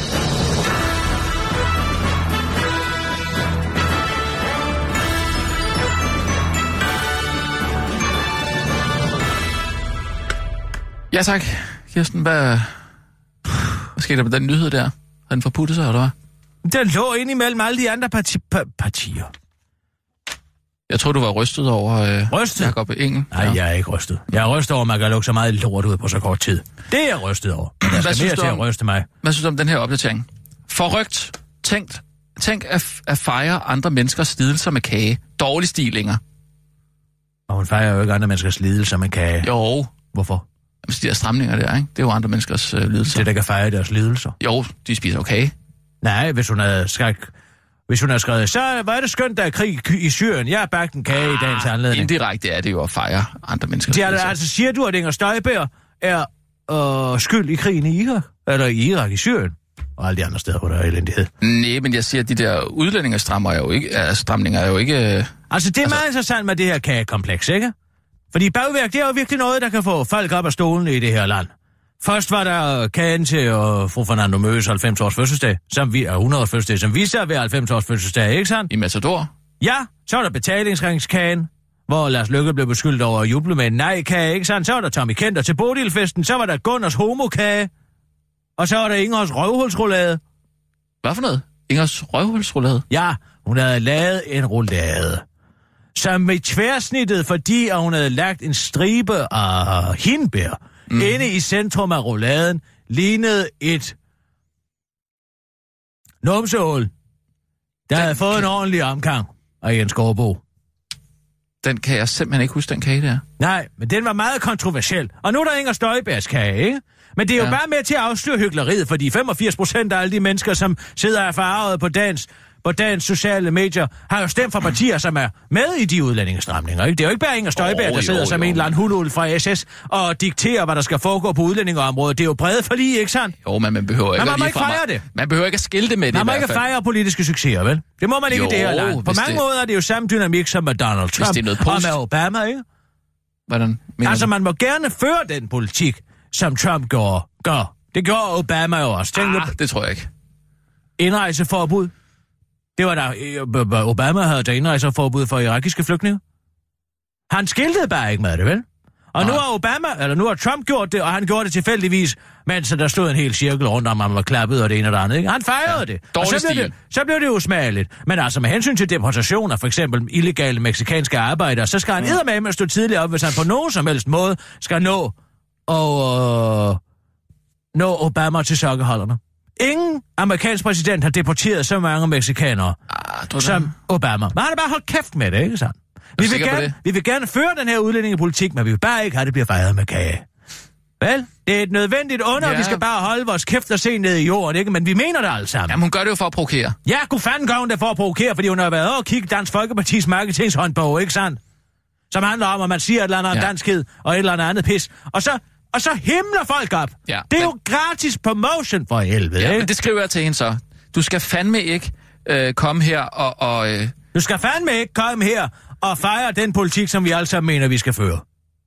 Ja tak, Kirsten. Hvad, hvad skete der med den nyhed der? Har den forputtet sig, eller hvad? Den lå ind imellem alle de andre parti- pa- partier. Jeg tror, du var rystet over øh, rystet? Jacob Engel. Nej, ja. Jeg er ikke rystet. Jeg er rystet over, at man kan lukke så meget lort ud på så kort tid. Det er jeg rystet over. Jeg skal mere til at ryste mig. Hvad synes du om den her opdatering? Forrygt. Tænkt. Tænk at, at fejre andre menneskers lidelser med kage. Dårlig stil længere. Og hun fejrer jo ikke andre menneskers lidelser med kage. Jo. Hvorfor? Jamen, de der stramninger der, ikke? Det er jo andre menneskers øh, lidelser. Det, der kan fejre deres lidelser. Jo, de spiser jo kage. Nej, hvis hun havde skræk... Hvis hun har skrevet, så var det skønt, der er krig i Syrien. Jeg har bagt en kage ah, i dagens anledning. Indirekte er det jo at fejre andre menneskers lidelser. Ja, altså siger du, at Inger Støjberg er øh, skyld i krigen i Irak? Eller i Irak, i Syrien? Og alle de andre steder, hvor der er elendighed. Nej, men jeg siger, at de der udlændingestrammer er jo ikke... Altså, stramninger er jo ikke... Altså, det er altså... meget interessant med det her kagekompleks, ikke? Fordi bagværk, det er jo virkelig noget, der kan få folk op af stolene i det her land. Først var der kagen til uh, fru Fernando Møs halvfems års fødselsdag, som vi er hundrede års fødselsdag, som vi ser ved halvfems års fødselsdag, ikke sandt? I Matador? Ja, så var der betalingsringskagen, hvor Lars Løkke blev beskyldt over at juble med en nej-kage, ikke sandt? Så var der Tommy Kenter til Bodilfesten, så var der Gunners homokage, og så var der Ingers røvhulsroulade. Hvad for noget? Ingers røvhulsroulade? Ja, hun havde lavet en roulade, som i tværsnittet, fordi hun havde lagt en stribe af hindbær, Mm. inde i centrum af rouladen lignede et numsehul, der den havde fået kan... en ordentlig omgang af Jens Gårdbo. Den kan jeg simpelthen ikke huske, den kage der. Nej, men den var meget kontroversiel. Og nu er der Inger Støjbergs kage, ikke? Men det er jo ja. bare med til at afsløre hykleriet, fordi femogfirs procent af alle de mennesker, som sidder erfaret på dagens på dagens sociale medier, har jo stemt for partier, som er med i de udlændingestramninger, ikke? Det er jo ikke bare Inger Støjberg, oh, der sidder jo, som jo. en eller anden hundul fra S S og dikterer, hvad der skal foregå på udlændingeområdet. Det er jo brede forlig, ikke sandt? Jo, men man behøver ikke, man må ikke fejre det. Man behøver ikke at skilte med det. Man må ikke fejre politiske succeser, vel? Det må man ikke jo, i det her land. På mange det... måder er det jo samme dynamik som med Donald Trump og med Obama, ikke? Hvordan? Altså, man må gerne føre den politik, som Trump gør. gør. Det gjorde Obama jo også. Tænk ah, det tror jeg ikke. Indrejseforbud. Det var der, Obama havde der indrejseforbud for irakiske flygtninge. Han skiltede bare ikke med det, vel? Og Nej. nu har Obama, eller nu har Trump gjort det, og han gjorde det tilfældigvis, mens der stod en hel cirkel rundt om, han var klappet og det ene og det andet, ikke? Han fejrede ja, det. Og så blev det, så blev det usmageligt. Men altså med hensyn til deportationer, for eksempel illegale meksikanske arbejdere, så skal han ja. eddermame at stå tidligt op, hvis han på nogen som helst måde skal nå og øh, nå Obama til sokkeholderne. Ingen amerikansk præsident har deporteret så mange mexikanere ah, som Obama. Men han har bare holdt kæft med det, ikke sandt? Vi vil, gerne, vi vil gerne føre den her udlændingepolitik, men vi vil bare ikke have, det bliver fejret med kage. Vel? Det er et nødvendigt under, ja. Vi skal bare holde vores kæft og se ned i jorden, ikke? Men vi mener det alle sammen. Jamen, hun gør det jo for at provokere. Ja, god fanden gør hun det for at provokere, fordi hun har været over og kigge Dansk Folkepartis marketingshåndbog, ikke sandt? Som handler om, at man siger et eller andet ja. danskhed og et eller andet pis. Og så... Og så himler folk op. Ja, det er men... jo gratis promotion for helvede, ja, ikke? Men det skriver jeg til hende så. Du skal fandme ikke øh, komme her og... og øh... Du skal fandme ikke komme her og fejre den politik, som vi alle sammen mener, vi skal føre.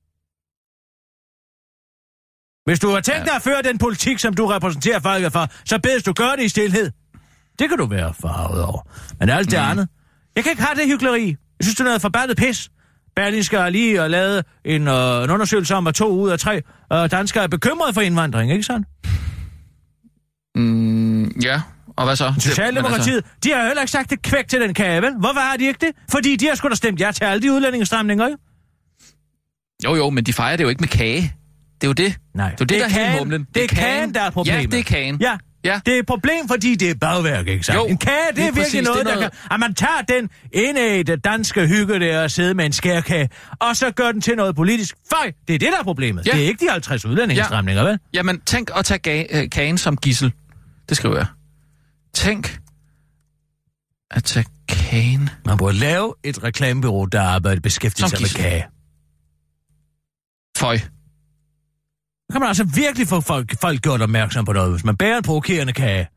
Hvis du har tænkt ja. dig at føre den politik, som du repræsenterer folket for, så bedes du gøre det i stilhed. Det kan du være farvet over. Men alt det mm. andet... Jeg kan ikke have det hykleri. Jeg synes, det er noget forbandet pis. Berlingske har lige uh, lavet en, uh, en undersøgelse om, at to ud af tre uh, danskere er bekymrede for indvandring, ikke sådan? Mm, ja, og hvad så? Socialdemokratiet, altså... de har heller ikke sagt det kvæk til den kage, vel? Hvorfor har de ikke det? Fordi de har sgu da stemt ja til alle de udlændingestramninger, ikke? Jo, jo, men de fejrer det jo ikke med kage. Det er jo det. Nej, det er, det, det er der kagen, det, det er kagen, der er problemet. Ja, det er kagen. Ja. Ja. Det er et problem, fordi det er bagværk, ikke sandt? Jo, en kage, det er virkelig præcis, noget, noget, der kan... At man tager den indægte danske hygge der og sidde med en skærkage, og så gør den til noget politisk. Føj, det er det, der er problemet. Ja. Det er ikke de halvtreds udlændingsstramninger, ja. vel? Jamen, tænk at tage ga- kagen som gidsel. Det skriver jeg. Tænk at tage kagen. Man burde lave et reklamebureau, der arbejder beskæftiget sig med kage. Føj. Så kan man altså virkelig få folk, folk gjort opmærksom på noget, hvis man bærer en provokerende kage.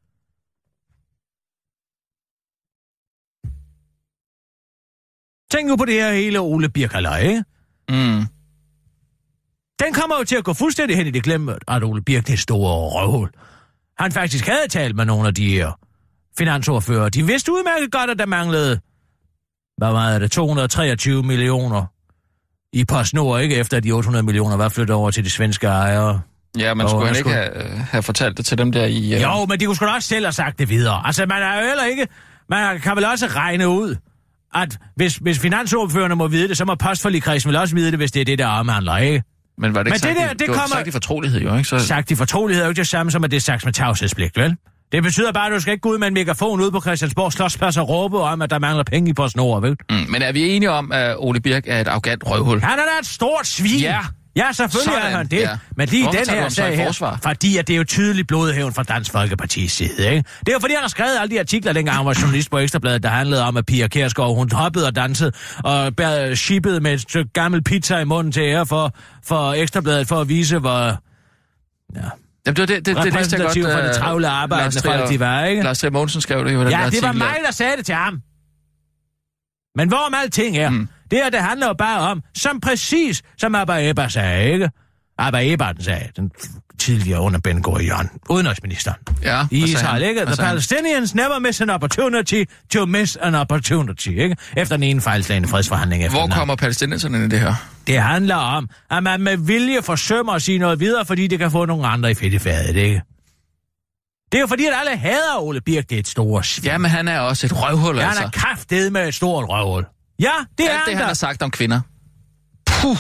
Tænk nu på det her hele Ole Birk-halløj, ikke? Mm. Den kommer jo til at gå fuldstændig hen i det glemme, at Ole Birk det store røvhul. Han faktisk havde talt med nogle af de her finansordfører. De vidste udmærket godt, at der manglede, hvad var det, to hundrede og treogtyve millioner i PostNord, ikke? Efter at de otte hundrede millioner var flyttet over til de svenske ejere. Ja, men skulle han ikke have, have fortalt det til dem der i... Uh... Jo, men de kunne sgu da også selv have sagt det videre. Altså, man er jo heller ikke... Man kan vel også regne ud, at hvis, hvis finansordførerne må vide det, så må postforligkredsen vel også vide det, hvis det er det, der omhandler, ikke? Men var det ikke men sagt, det der, det det kommer... sagt i fortrolighed, jo, ikke? Så... Sagt i fortrolighed er jo ikke det samme som, at det er sagt med tavshedspligt, vel? Det betyder bare, at du skal ikke gå ud med en megafon ude på Christiansborg Slotsplads og råbe om, at der mangler penge i PostNord, vel? Mm, men er vi enige om, at Ole Birk er et arrogant røvhul? Han er da et stort svin! Ja! Ja, selvfølgelig Sådan, er han det. Ja. Men lige Hvorfor den her sag her, fordi at det er jo tydeligt blodhævn fra Dansk Folkepartis side, ikke? Det er jo fordi, han har skrevet alle de artikler, dengang han var journalist på Ekstrabladet, der handlede om, at Pia Kjærsgaard, hun hoppede og dansede og bær, shippede med et stykke gammel pizza i munden til ære for, for Ekstrabladet, for at vise, hvor... Ja. Jamen, det var det, det, det læste jeg godt. For det travle arbejdende folk, de var, ikke? Lars Trier Mogensen skrev det jo. Ja, det var mig, der sagde det til ham. Men hvorom alting er, mm. det her, det handler jo bare om, som præcis som Abba Eber sagde, ikke? Abba Eber, den sagde, den tidligere under Ben Gurion, udenrigsministeren. Ja, i Israel, ikke? The Palestinians never miss an opportunity to miss an opportunity, ikke? Efter den ene fejlslagende fredsforhandling. Hvor kommer palæstinenserne ind i det her? Det handler om, at man med vilje forsømmer at sige noget videre, fordi det kan få nogle andre i fedtefadet, ikke? Det er jo fordi, at alle hader Ole Birk, det er et stort svin. Ja, men han er også et røvhul, ja, altså. Han er kraftedet med et stort røvhul. Ja, det Alt er det, han han der. har sagt om kvinder. Puh.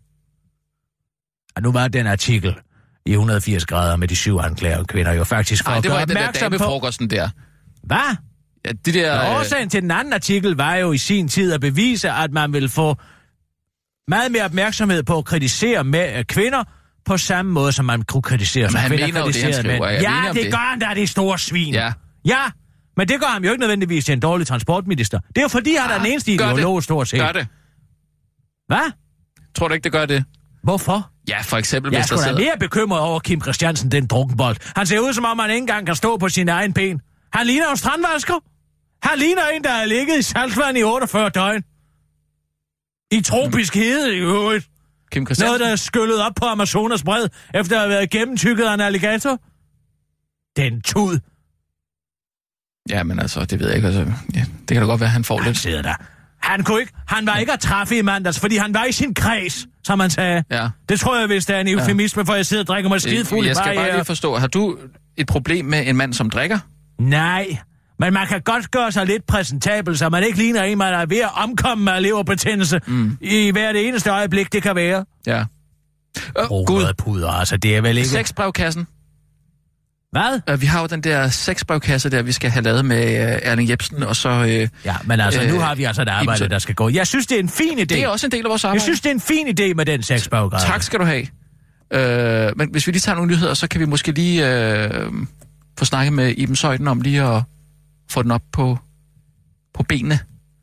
Og nu var den artikel i et hundrede og firs grader med de syv anklager kvinder jo faktisk for Ej, at det var gøre den der opmærksom på... damefrokosten der. Hvad? Ja, de der... Og årsagen til den anden artikel var jo i sin tid at bevise, at man vil få meget mere opmærksomhed på at kritisere med kvinder på samme måde, som man kunne kritisere som kvinder kritiserede mænd. Ja, det gør han, der er det store svin. Ja. Ja, men det gør ham jo ikke nødvendigvis til en dårlig transportminister. Det er jo fordi, han er den eneste ideolog stort set. Gør det. Hvad? Tror du ikke, det gør det? Hvorfor? Ja, for eksempel, jeg hvis der sidder... sidder... Jeg er mere bekymret over Kim Christiansen, den drukkenbold. Han ser ud, som om han ikke engang kan stå på sin egen ben. Han ligner en strandvasker. Han ligner en, der har ligget i saltvand i otteogfyrre døgn. I tropisk hede i øvrigt. Kim Christiansen? Noget, der er skyllet op på Amazonas bred, efter at have været gennemtykket af en alligator. Den tud. Ja, men altså, det ved jeg ikke. Altså, ja, det kan da godt være, at han får han lidt... sidder der. Han kunne ikke... Han var ikke at træffe i mandags, fordi han var i sin kreds, som man sagde. Ja. Det tror jeg, hvis det er en eufemisme, ja. For jeg sidder og drikker mig skidefuld. Jeg skal bare lige forstå, har du et problem med en mand, som drikker? Nej, men man kan godt gøre sig lidt præsentabel, så man ikke ligner en, man er ved at omkomme med leverbetændelse mm. i hver det eneste øjeblik, det kan være. Ja. Øh, Gud. Puder, altså, det er vel ikke... Sexbrevkassen. Hvad? Uh, vi har jo den der sexbrevkasse der, vi skal have lavet med uh, Erling Jebsen, og så... Uh, ja, men altså, uh, nu har vi altså et arbejde, Ibsen. Der skal gå. Jeg synes, det er en fin idé. Det er også en del af vores arbejde. Jeg synes, det er en fin idé med den sexbrevkasse. Tak skal du have. Uh, men hvis vi lige tager nogle nyheder, så kan vi måske lige uh, få snakket med Iben Søjden om lige at få den op på, på benene.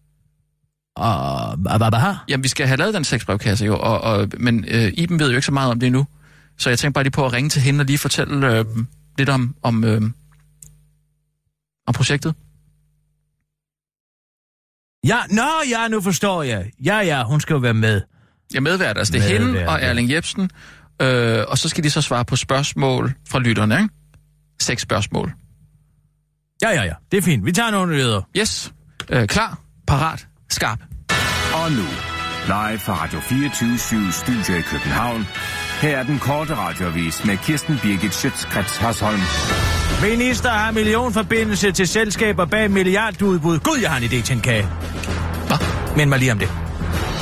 Og hvad hvad her? Jamen, vi skal have lavet den sexbrevkasse jo, og, og, men uh, Iben ved jo ikke så meget om det endnu. Så jeg tænker bare lige på at ringe til hende og lige fortælle... Uh, lidt om, om, øh, om projektet. Ja, nå, ja, nu forstår jeg. Ja, ja, hun skal jo være med. Ja, medvært. Altså, det er medvært, hende og Erling Jebsen, øh, og så skal de så svare på spørgsmål fra lytterne, ikke? Seks spørgsmål. Ja, ja, ja. Det er fint. Vi tager nogle nyheder. Yes. Øh, klar, parat, skarp. Og nu, live fra Radio fireogtyve syv Studio i København. Her er den korte radioavis med Kirsten Birgit Schøtz-Krets Hasholm. Minister har millionforbindelse til selskaber bag milliardudbud. Gud, jeg har en idé til en kage. Hvad? Men mig lige om det.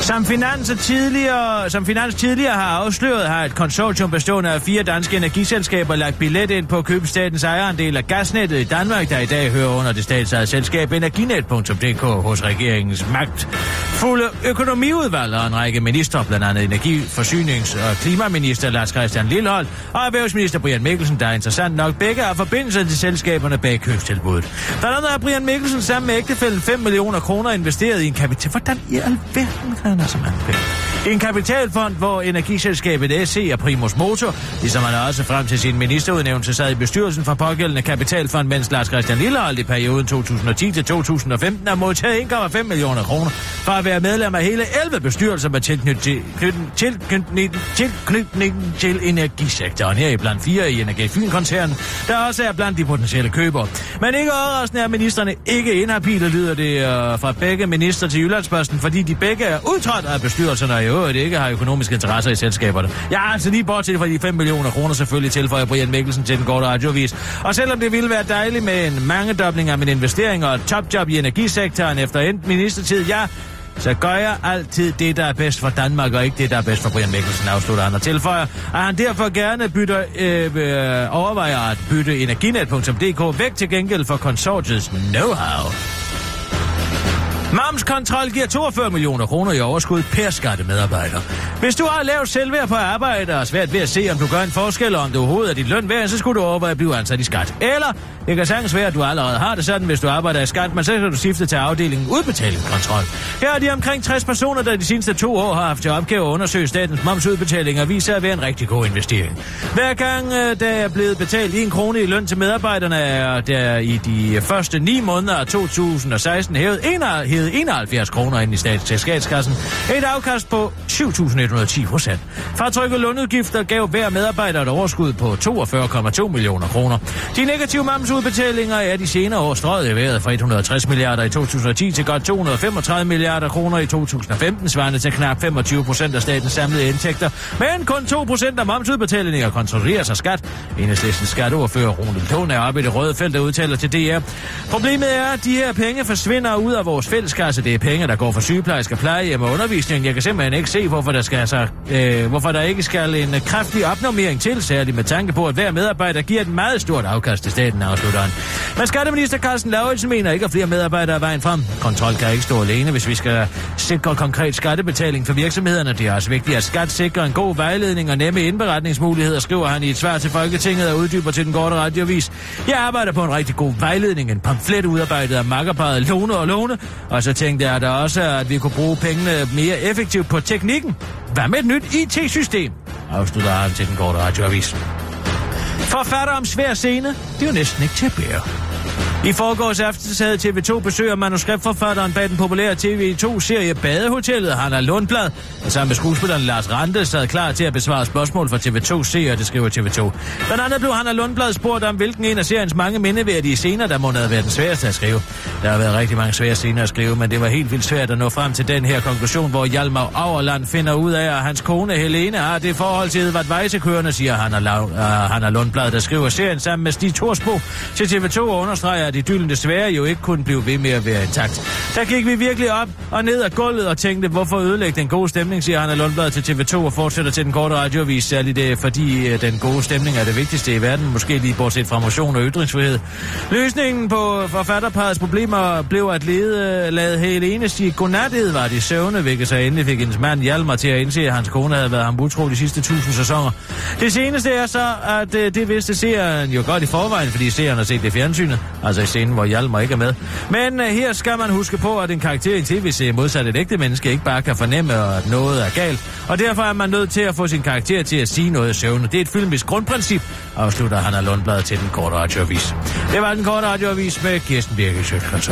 Som Finans, tidligere, som Finans tidligere har afsløret, har et konsortium bestående af fire danske energiselskaber lagt billet ind på at købe statens ejerandel af gasnettet i Danmark, der i dag hører under det statsejede selskab Energinet punktum d k hos regeringens magtfulde økonomiudvalg og en række minister, blandt andet energi-, forsynings- og klimaminister Lars Christian Lilleholt og erhvervsminister Brian Mikkelsen, der er interessant nok begge har forbindelse til selskaberne bag købstilbuddet. Blandt andet har Brian Mikkelsen sammen med ægtefællen fem millioner kroner investeret i en kapital... Hvordan i alverden kan han have så mange penge? En kapitalfond, hvor energiselskabet S C er primus motor, ligesom han også frem til sin ministerudnævnelse sad i bestyrelsen for pågældende kapitalfond, mens Lars Christian Lilleholt i perioden to tusind og ti til to tusind og femten har modtaget en komma fem millioner kroner for at være medlem af hele elleve bestyrelser med tilknytning til, tilknytning, tilknytning til energisektoren. Her i blandt fire i Energi Fyn-koncernen, der også er blandt de potentielle købere. Men ikke overraskende er ministerne ikke inhabile, lyder det uh, fra begge minister til Jyllandsposten, fordi de begge er udtrådt af bestyrelserne og i øvrigt ikke har økonomiske interesser i selskaberne. Ja, altså lige bortset fra de fem millioner kroner selvfølgelig tilføjer Brian Mikkelsen til den korte radioavis. Og selvom det ville være dejligt med en mangedobling af min investering og et topjob i energisektoren efter endt ministertid, ja, så gør jeg altid det, der er bedst for Danmark, og ikke det, der er bedst for Brian Mikkelsen, afslutter han og tilføjer, at han derfor gerne bytter, øh, øh, overvejer at bytte Energinet punktum d k væk til gengæld for konsortiets know-how. Momskontrol giver toogfyrre millioner kroner i overskud per skattemedarbejder. Hvis du har lavt selvværd på arbejde og svært ved at se, om du gør en forskel, og om du overhovedet er dit løn værd, så skulle du overveje at blive ansat i skat. Eller det kan sagtens være, at du allerede har det sådan, hvis du arbejder i skat, men så kan du skifte til afdelingen udbetalingskontrol. Her er de omkring tres personer, der de seneste to år har haft til opgave at undersøge statens momsudbetalinger og viser at være en rigtig god investering. Hver gang der er blevet betalt en krone i løn til medarbejderne, er der i de første ni måneder af to tusind og seksten hævet enoghalvfjerds kroner ind i stats- til statskassen. Et afkast på syv tusind et hundrede og ti procent. Fartryk og låneudgifter gav hver medarbejder et overskud på toogfyrre komma to millioner kroner. De negative momsudbetalinger er de senere år strøget i vejret fra et hundrede og tres milliarder i to tusind og ti til godt to hundrede og femogtredive milliarder kroner i to tusind og femten, svarende til knap femogtyve procent af statens samlede indtægter. Men kun to procent af momsudbetalinger kontrolleres af skat. Enhedslistens skatteordfører Rune Lund er oppe i det røde felt, der udtaler til D R. Problemet er, at de her penge forsvinder ud af vores fælleskasse. Det er penge, der går for sygeplejersker, plejehjem og undervisning. Jeg kan simpelthen ikke se, hvorfor der, skal, altså, øh, hvorfor der ikke skal en kraftig opnormering til, særligt med tanke på, at hver medarbejder giver et meget stort afkast til staten, afslutter han. Men skatteminister Carsten Lauritsen mener ikke, at flere medarbejdere er vejen frem. Kontrol kan ikke stå alene, hvis vi skal sikre konkret skattebetaling for virksomhederne. Det er også vigtigt, at skat sikrer en god vejledning og nemme indberetningsmuligheder, skriver han i et svar til Folketinget og uddyber til den korte radioavis. Jeg arbejder på en rigtig god vejledning, en pamflet udarbejdet af makkerparet Lone og Lone, og så tænkte jeg da også, at vi kunne bruge pengene mere effektivt på teknikken. Hvad med et nyt I T-system? Afslutter han til den korte radioavis. Forfatter om svær scene, det er jo næsten ikke til at bære. I forgårs aftes havde T V to besøg af manuskriptforfatteren bag den populære T V to-serie Badehotellet, Hanna Lundblad, og sammen med skuespilleren Lars Rante sad klar til at besvare spørgsmål fra T V to-serie, det skriver T V to. Blandt andet blev Hanna Lundblad spurgt om, hvilken en af seriens mange mindeværdige scener, der må have været den sværeste at skrive. Der har været rigtig mange svære scener at skrive, men det var helt vildt svært at nå frem til den her konklusion, hvor Hjalmar Auerland finder ud af, at hans kone Helene har det forhold til Edvard Weisse-kørende, siger Hanna, uh, Hanna Lundblad, der skriver serien sammen med Stig Torsbo til T V to og understreger, at idyllen desværre jo ikke kunne blive ved med at være intakt. Der gik vi virkelig op og ned af gulvet og tænkte, hvorfor ødelægge den gode stemning, siger Hanna Lundblad til T V to og fortsætter til den korte radioavis, særligt det, fordi den gode stemning er det vigtigste i verden, måske lige bortset fra motion og ytringsfrihed. Løsningen på forfatterparets problemer blev at lede, lade Helene sige godnat Edvard i søvne, hvilket så endelig fik hendes mand Hjalmar til at indse, at hans kone havde været ham utro de sidste tusind sæsoner. Det seneste er så, at det vidste seeren jo godt i forvejen, fordi seeren har set det fjernsynet, altså i scenen, hvor Hjalmar ikke er med. Men uh, her skal man huske på, at en karakter i en tv-serie modsat et ægte menneske ikke bare kan fornemme, at noget er galt, og derfor er man nødt til at få sin karakter til at sige noget i søvn. Det er et filmisk grundprincip, afslutter Hanna Lundblad til den korte radioavis. Det var den korte radioavis med Kirsten Birgit Schøtz.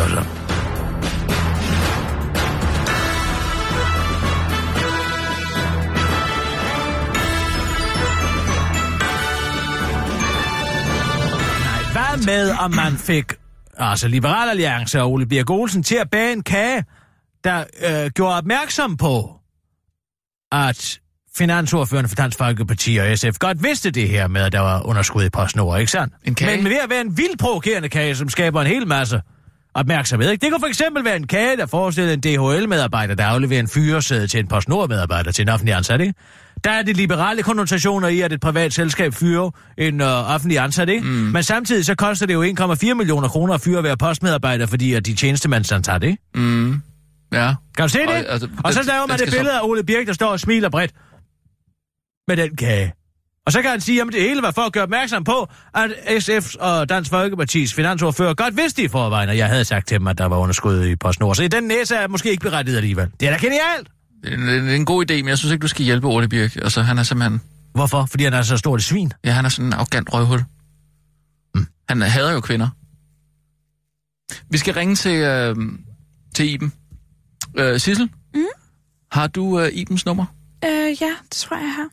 Med, om man fik altså Liberal Alliance og Ole Birk Olsen til at bage en kage, der øh, gjorde opmærksom på, at finansordførerne for Dansk Folkeparti og S F godt vidste det her med, at der var underskud i PostNord, ikke sandt? En kage? Men ved at være en vildt provokerende kage, som skaber en hel masse opmærksomhed. Ikke? Det kunne for eksempel være en kage, der forestiller en D H L-medarbejder, der afleverer en fyresæde til en PostNord-medarbejder til en offentlig ansat, ikke? Der er det liberale konnotationer i, at et privat selskab fyrer en øh, offentlig ansat, ikke? Mm. Men samtidig så koster det jo en komma fire millioner kroner at fyre hver postmedarbejder, fordi at de tjenestemandsansat, ikke? Mm. Ja. Kan du se det? Og, altså, og så den, laver man det billede så... af Ole Birk, der står og smiler bredt med den kage. Og så kan han sige, at det hele var for at gøre opmærksom på, at S F's og Dansk Folkepartis finansordfører godt vidste i forvejen, og jeg havde sagt til dem, at der var underskud i PostNord. Så i den næse er måske ikke berettiget alligevel. Det er da genialt! Det er, en, det er en god idé, men jeg synes ikke, du skal hjælpe Ole Birk. Altså, han er simpelthen... Hvorfor? Fordi han er så stort et svin? Ja, han er sådan en arrogant røvhul. Mm. Han hader jo kvinder. Vi skal ringe til, øh, til Iben. Øh, Sissel, mm? Har du øh, Ibens nummer? Øh, ja, det tror jeg, jeg har.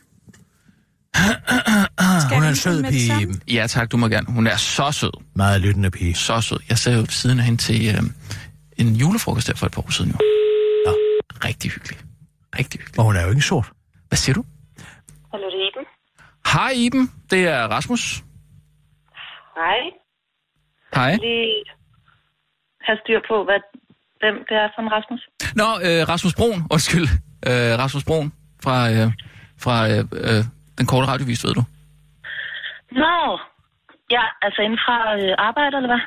Hun er en sød pige, Iben. Ja tak, du må gerne. Hun er så sød. Meget lyttende pige. Så sød. Jeg sad jo ved siden af hende til øh, en julefrokost der for et par år siden jo. Ja. Rigtig hyggelig. Rigtig hyggelig. Og hun er jo ikke sort. Hvad siger du? Hallo, det er Iben. Hej Iben, det er Rasmus. Hej. Hej. Jeg lige have styr på, hvad, hvem det er for en Rasmus. Nå, øh, Rasmus Broen, undskyld. Øh, Rasmus Broen fra, øh, fra øh, øh, den korte radiovis, ved du. Nå, ja, altså inden fra øh, arbejde, eller hvad?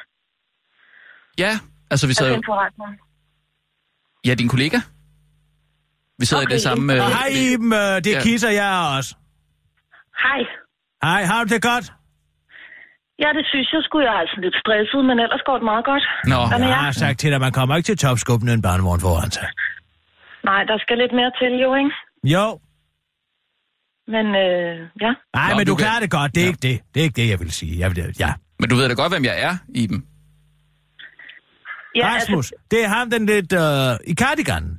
Ja, altså vi sad altså jo... på radioen. Ja, din kollega. Vi sidder okay, i det samme... Øh, hej Iben, øh, det er ja. Kisser jeg også. Hej. Hej, har du det godt? Ja, det synes jeg skulle. Jeg er altså lidt stresset, men ellers går det meget godt. Nå, jeg har sagt til dig, man kommer ikke til topskubben en barnevogn foran sig. Nej, der skal lidt mere til, jo, ikke? Jo. Men, øh, ja. Nej, Nå, men du, du kan... klarer det godt. Det er ja. ikke det. Det er ikke det, jeg vil sige. Jeg vil, ja. Men du ved da godt, hvem jeg er, Iben. Ja, Rasmus, altså... det er ham, den lidt øh, i cardiganen.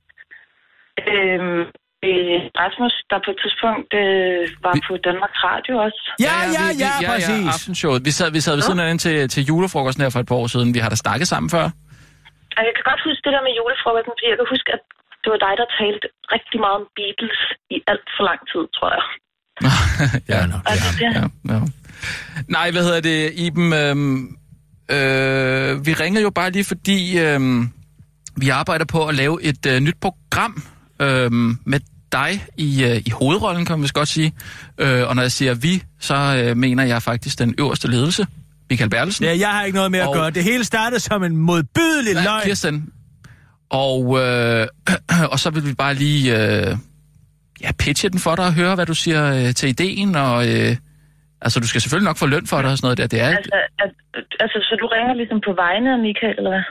Øhm... Øh, Rasmus, der på et tidspunkt øh, var vi... på Danmarks Radio også. Ja, ja, ja, ja, ja præcis. Ja, aftenshowet. Vi sad, vi sad ved siden af den til, til julefrokosten her for et par år siden. Vi har da snakket sammen før. Jeg kan godt huske det der med julefrokosten, fordi jeg kan huske, at det var dig, der talte rigtig meget om Beatles i alt for lang tid, tror jeg. ja, nok, altså, ja, ja, ja. Nej, hvad hedder det, Iben? Øhm, øh, vi ringede jo bare lige, fordi øhm, vi arbejder på at lave et øh, nyt program, Øhm, med dig i, øh, i hovedrollen, kan man vist godt sige. Øh, og når jeg siger vi, så øh, mener jeg faktisk den øverste ledelse, Michael Bertelsen. Ja, jeg har ikke noget med at og, gøre. Det hele startede som en modbydelig ja, løgn. Kirsten. Og, øh, og så vil vi bare lige øh, ja, pitche den for dig og høre, hvad du siger øh, til ideen. Og, øh, altså, du skal selvfølgelig nok få løn for det og sådan noget der. Det er altså, at, altså, så du ringer ligesom på vegne af Michael, eller hvad?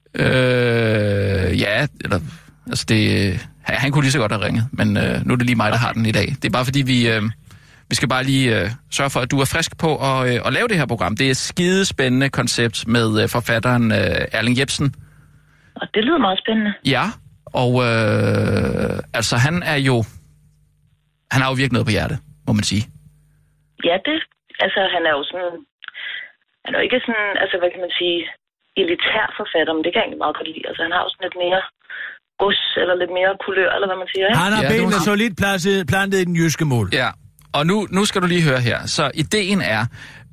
Øh, ja, eller... Altså det, han kunne lige så godt have ringet, men øh, nu er det lige mig, der har den i dag. Det er bare fordi, vi, øh, vi skal bare lige øh, sørge for, at du er frisk på at, øh, at lave det her program. Det er et skidespændende koncept med øh, forfatteren øh, Erling Jepsen. Og det lyder meget spændende. Ja, og øh, altså han er jo, han har jo virkelig noget på hjertet, må man sige. Ja, det, altså han er jo sådan, han er jo ikke sådan, altså hvad kan man sige, elitær forfatter, men det kan jeg egentlig meget godt lide. Altså han har jo sådan lidt mere gods, eller lidt mere kulør, eller hvad man siger, ikke? Han har ja, benene solidt plantet, plantet i den jyske mål. Ja, og nu, nu skal du lige høre her. Så ideen er,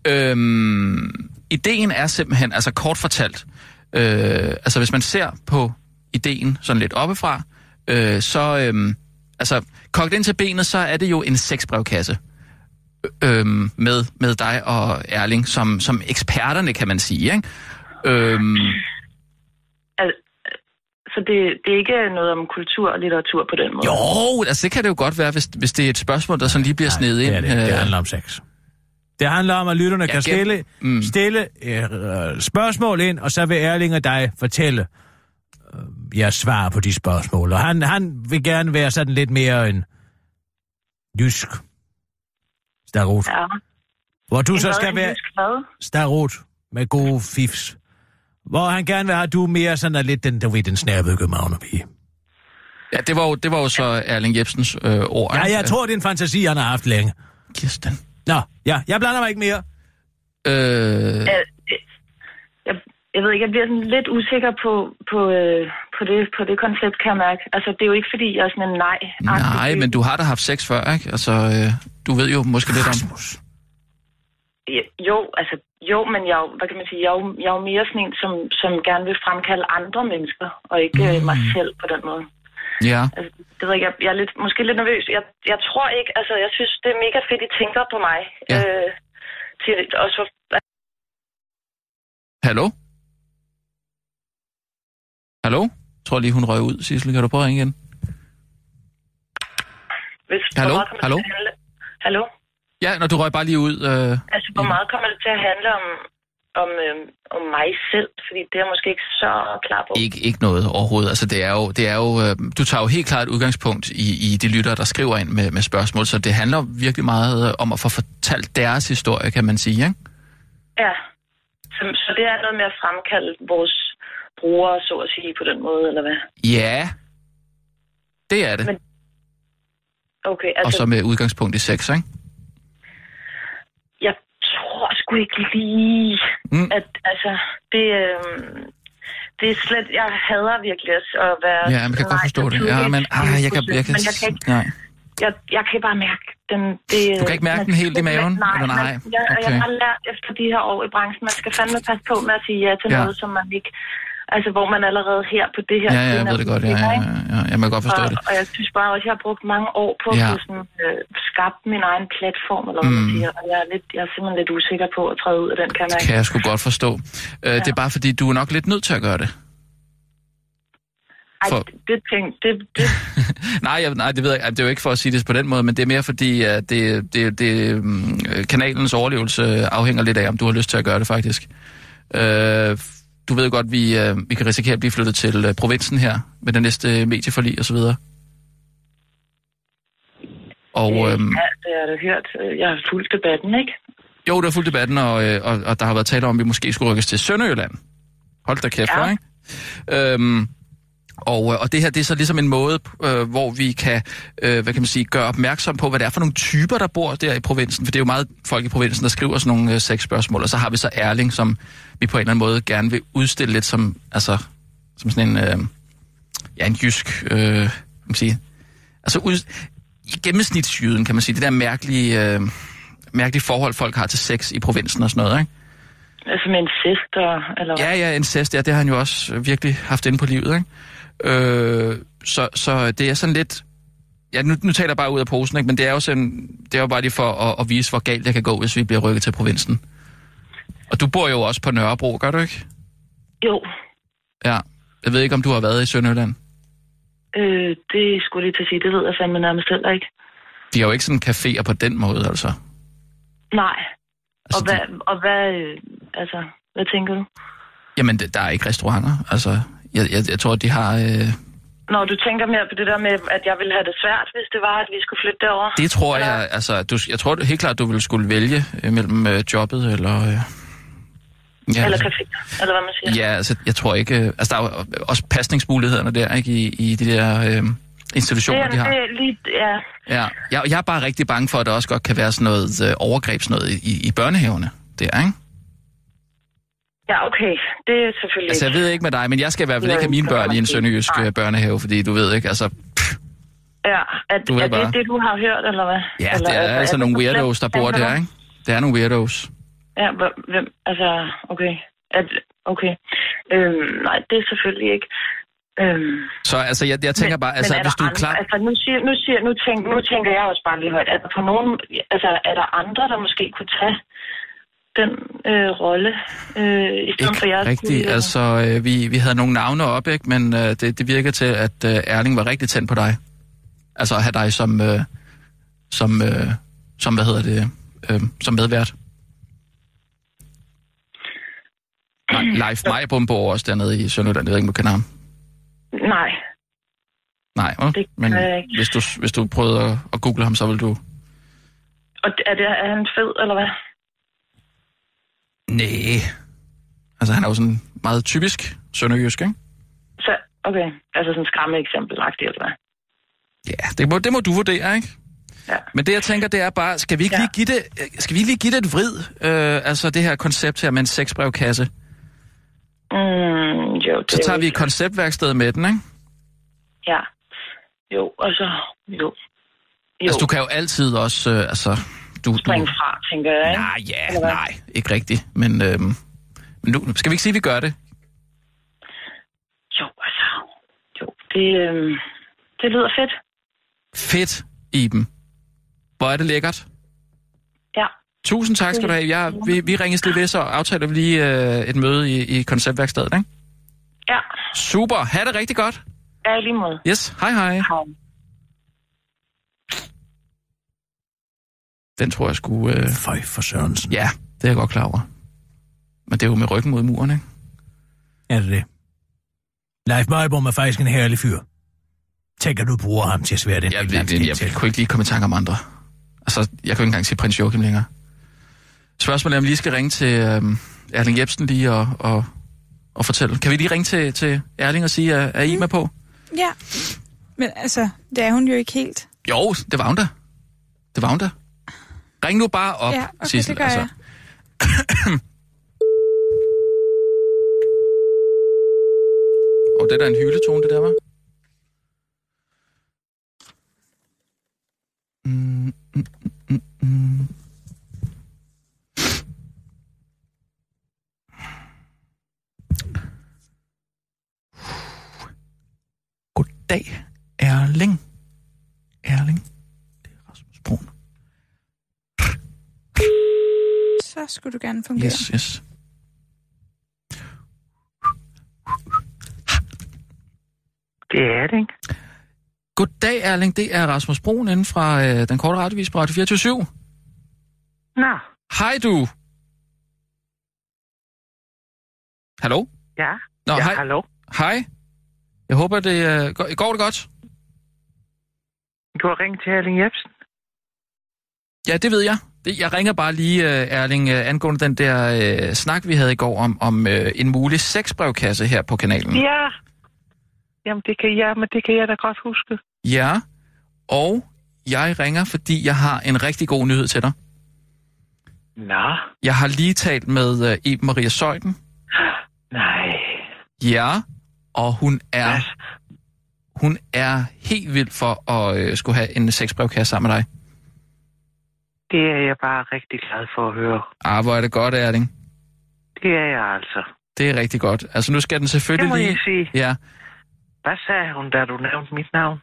øhm, ideen er simpelthen, altså kort fortalt, øh, altså hvis man ser på ideen sådan lidt oppefra, øh, så, øh, altså kogt ind til benet, så er det jo en sexbrevkasse øh, med, med dig og Erling, som, som eksperterne, kan man sige, ikke? Øh, Så det, det er ikke noget om kultur og litteratur på den måde? Jo, altså det kan det jo godt være, hvis, hvis det er et spørgsmål, der sådan lige bliver snedet ind. Nej, det, det handler om sex. Det handler om, at lytterne ja, kan stille, mm. stille øh, spørgsmål ind, og så vil Erling og dig fortælle øh, jeres svar på de spørgsmål. Og han, han vil gerne være sådan lidt mere en jysk starot. Ja. Hvor du en så skal være starot med gode fifs. Hvor han gerne vil have, du mere sådan er lidt den, der ved, den snærvede københavnerpige. Ja, det var jo, det var jo så Erling Jepsens øh, ord. Ja, jeg tror, det er en fantasi, han har haft længe. Kirsten. Nå, ja, jeg blander mig ikke mere. Øh... Jeg, jeg, jeg ved ikke, jeg bliver sådan lidt usikker på, på, øh, på, det, på det koncept, kan jeg mærke. Altså, det er jo ikke, fordi jeg er sådan en nej. Nej, men du har da haft sex før, ikke? Altså, øh, du ved jo måske lidt om... Jo, altså, jo, men jeg, er jo- hvad kan man sige, jeg er jo, jeg er jo mere sådan en, som, som gerne vil fremkalde andre mennesker, og ikke mm. mig selv på den måde. Ja. Altså, det ved jeg, jeg, jeg er lidt, måske lidt nervøs. Jeg, jeg tror ikke, altså, jeg synes, det er mega fedt, I tænker på mig. Ja. Øh, til, også for, Hallo? Hallo? Jeg tror lige, hun røg ud, Sissel. Kan du prøve at ringe igen? hvis, Hallo? hvor meget kommer Hallo? det til at handle, hallo? Ja, når du røg bare lige ud. Øh, Altså, hvor meget kommer det til at handle om, om, øh, om mig selv? Fordi det er jeg måske ikke så klar på. ikke, ikke noget overhovedet. Altså, det er jo, det er jo, øh, du tager jo helt klart udgangspunkt i, i de lyttere, der skriver ind med, med spørgsmål, så det handler virkelig meget om at få fortalt deres historie, kan man sige, ikke? Ja. Så, så det er noget med at fremkalde vores brugere, så at sige, på den måde, eller hvad? Ja, det er det. Men, okay, altså... Og altså, så med udgangspunkt i sex, ikke? jeg tror sgu ikke lige, Mm. at, altså, det, øh, det er slet, jeg hader virkelig at være... Ja, man kan godt forstå det. Ja, men ej, jeg kan, jeg kan, men jeg kan ikke, nej. jeg, jeg kan bare mærke den... Det, Du kan ikke mærke den helt i maven? Nej, eller nej? Men jeg, Okay. jeg har lært efter de her år i branchen, man skal fandme passe på med at sige ja til Ja. noget, som man ikke... Altså, hvor man allerede her på det her... Ja, ja, jeg ved det godt. Ja, ja, ja, ja. Jeg må godt forstå og, det. Og jeg synes bare også, at jeg har brugt mange år på Ja. at få sådan, øh, skabt min egen platform, eller hvad Mm. man siger. Og jeg er, lidt, jeg er simpelthen lidt usikker på at træde ud af den, kan man Kan jeg sgu godt forstå. Øh, Det er bare fordi, du er nok lidt nødt til at gøre det. Ej, For... det tænk, det, det, nej, jeg, nej, det ved jeg. Det er jo ikke for at sige det på den måde, men det er mere fordi, at det, det, det, mm, kanalens overlevelse afhænger lidt af, om du har lyst til at gøre det faktisk. Øh, du ved godt, vi, øh, vi kan risikere at blive flyttet til øh, provinsen her, med den næste medieforlig og så videre. Og, øh, øhm, ja, det har jeg da hørt. Jeg har fulgt debatten, ikke? jo, det har fulgt debatten, og, øh, og, og der har været tale om, at vi måske skulle rykkes til Sønderjylland. Hold da kæft, Ja. ja. ikke? Øhm, og, og det her, det er så ligesom en måde, øh, hvor vi kan, øh, hvad kan man sige, gøre opmærksom på, hvad det er for nogle typer, der bor der i provinsen. For det er jo meget folk i provinsen, der skriver sådan nogle øh, sexspørgsmål. Og så har vi så Erling, som vi på en eller anden måde gerne vil udstille lidt som, altså, som sådan en, øh, ja, en jysk, øh, kan man sige, altså ud, i gennemsnitsjyden, kan man sige, det der mærkelige, øh, mærkelige forhold, folk har til sex i provinsen og sådan noget, ikke? Altså med incest, og, eller hvad? Ja, ja, incest, ja, det har han jo også virkelig haft inde på livet, ikke? Øh, så, så det er sådan lidt... Ja, nu, nu taler jeg bare ud af posen, ikke? Men det er jo sådan, det er jo bare lige for at, at vise, hvor galt det kan gå, hvis vi bliver rykket til provinsen. Og du bor jo også på Nørrebro, gør du ikke? Jo, Ja. Jeg ved ikke, om du har været i Sønderjylland. øh, det skulle jeg lige til at sige. Det ved jeg fandme nærmest heller ikke. De har jo ikke sådan caféer på den måde, altså. Nej. Altså, og hvad, de... og hvad, øh, altså, hvad tænker du? Jamen, det, der er ikke restauranter. Altså, jeg, jeg, jeg tror, de har... Øh... Når du tænker mere på det der med, at jeg ville have det svært, hvis det var, at vi skulle flytte derover. Det tror eller? jeg, altså, du, jeg tror helt klart, du ville skulle vælge øh, mellem øh, jobbet eller... Øh... Ja, Eller altså, café, eller hvad man siger. ja, altså, jeg tror ikke... Øh, altså, der er jo også pasningsmulighederne der, ikke, i, i de der øh, institutioner, det, de har. Det er lige, ja. Ja, jeg, jeg er bare rigtig bange for, at der også godt kan være sådan noget øh, overgreb, sådan noget i, i børnehaverne. Det er, ikke? Ja, okay. Det er selvfølgelig Altså, jeg ved ikke med dig, men jeg skal i hvert fald ikke have mine børn i en sønderjysk øh, børnehave, fordi du ved ikke, altså... Pff, Ja, er, Du ved er det bare. det, du har hørt, eller hvad? ja, eller, det er altså det nogle så weirdos, der slemt, bor tænker der, du? ikke? Det er nogle weirdos. Ja, hva- hvem, altså, okay. At, okay. Øhm, nej, det er selvfølgelig ikke. Øhm, Så altså, jeg, jeg tænker men, bare, altså, men er hvis du er andre, klar... Altså, nu, siger, nu, siger, nu, tænker, nu tænker jeg også bare lige højt, at på nogen, altså, er der andre, der måske kunne tage den øh, rolle, øh, i stedet for jeres? Ikke rigtigt, skulle, øh, altså, øh, vi, vi havde nogle navne op, ikke? Men øh, det, det virker til, at øh, Erling var rigtig tændt på dig. Altså at have dig som, øh, som, øh, som hvad hedder det, øh, som medvært. Leif Majbom bor også dernede i Sønderjylland, jeg ved ikke, om du kender ham. Nej. Nej, øh? Det men kan jeg ikke. hvis du, hvis du prøvede at, at google ham, så vil du... Og er, det, er han fed, eller hvad? Nej. Altså, han er jo sådan meget typisk sønderjysk, ikke? Så, okay. Altså sådan en skræmme eksempel-agtigt, eller hvad? Ja, det må, det må du vurdere, ikke? Ja. Men det, jeg tænker, det er bare, skal vi ikke Ja. lige give det, skal vi ikke lige give det et vrid? Øh, altså det her koncept her med en sexbrevkasse. Mm, jo, det Så er tager jo vi et ikke- konceptværksted med den, ikke? Ja. Jo, og så... Jo. Jo. Altså, du kan jo altid også, øh, altså, du, du... springe fra, tænker jeg. Ikke? Nej, ja, nej, ikke rigtigt. Men, øhm, men nu skal vi ikke sige, at vi gør det? Jo, altså... Jo, det, øhm, det lyder fedt. Fedt, Iben. Hvor er det lækkert. Ja. Tusind tak skal du have. Jeg, vi, vi ringes lige ved, så aftaler vi lige øh, et møde i, i konceptværkstedet, ikke? Ja. Super. Ha' det rigtig godt. Ja, i lige måde. Yes. Hej, hej. Hej. Den tror jeg skulle... Øh... Føj for Sørensen. Ja, det er jeg godt klar over. Men det er jo med ryggen mod muren, ikke? Er det det? Leif Møjborg er faktisk en herlig fyr. Tænker du bruger ham til at svære den? Ja, det, det, jeg, jeg kunne ikke lige komme i tanke om andre. Altså, jeg kan ikke engang sige prins Joachim længere. Spørgsmålet er, om vi lige skal ringe til øh, Erling Jepsen lige og, og, og fortælle. Kan vi lige ringe til, til Erling og sige, er, er I med på? Ja, men altså, det er hun jo ikke helt. Jo, det var hun da. Det var hun da. Ring nu bare op, ja, okay, Sissel. Det gør altså. jeg. Og det er da en hyletone, det der, var. Mm, mm, mm, mm. Goddag, Erling. Erling. Det er Rasmus Brun. Så skulle du gerne fungere. Yes, yes. Det er det, ikke? Goddag, Erling. Det er Rasmus Brun inden fra øh, den korte radiovis på Radio fireogtyve syv. Nå. Hej, du. Hallo? Ja. Nå, ja, hej. hallo. Hej. Jeg håber, det øh, går, går det godt? Du har ringet til Erling Jepsen? Ja, det ved jeg. Det, jeg ringer bare lige, uh, Erling, uh, angående den der uh, snak, vi havde i går om, om uh, en mulig sexbrevkasse her på kanalen. Ja. Jamen, det kan jeg, men det kan jeg da godt huske. Ja, og jeg ringer, fordi jeg har en rigtig god nyhed til dig. Nå. Jeg har lige talt med uh, Iben Maria Zeuthen. Nej. Ja, og hun er, Hvad? hun er helt vild for at uh, skulle have en sexbrevkasse sammen med dig. Det er jeg bare rigtig glad for at høre. Ah, hvor er det godt, Erling. Det er jeg altså. Det er rigtig godt. Altså, nu skal den selvfølgelig det må lige... jeg sige. Ja. Hvad sagde hun, da du nævnte mit navn?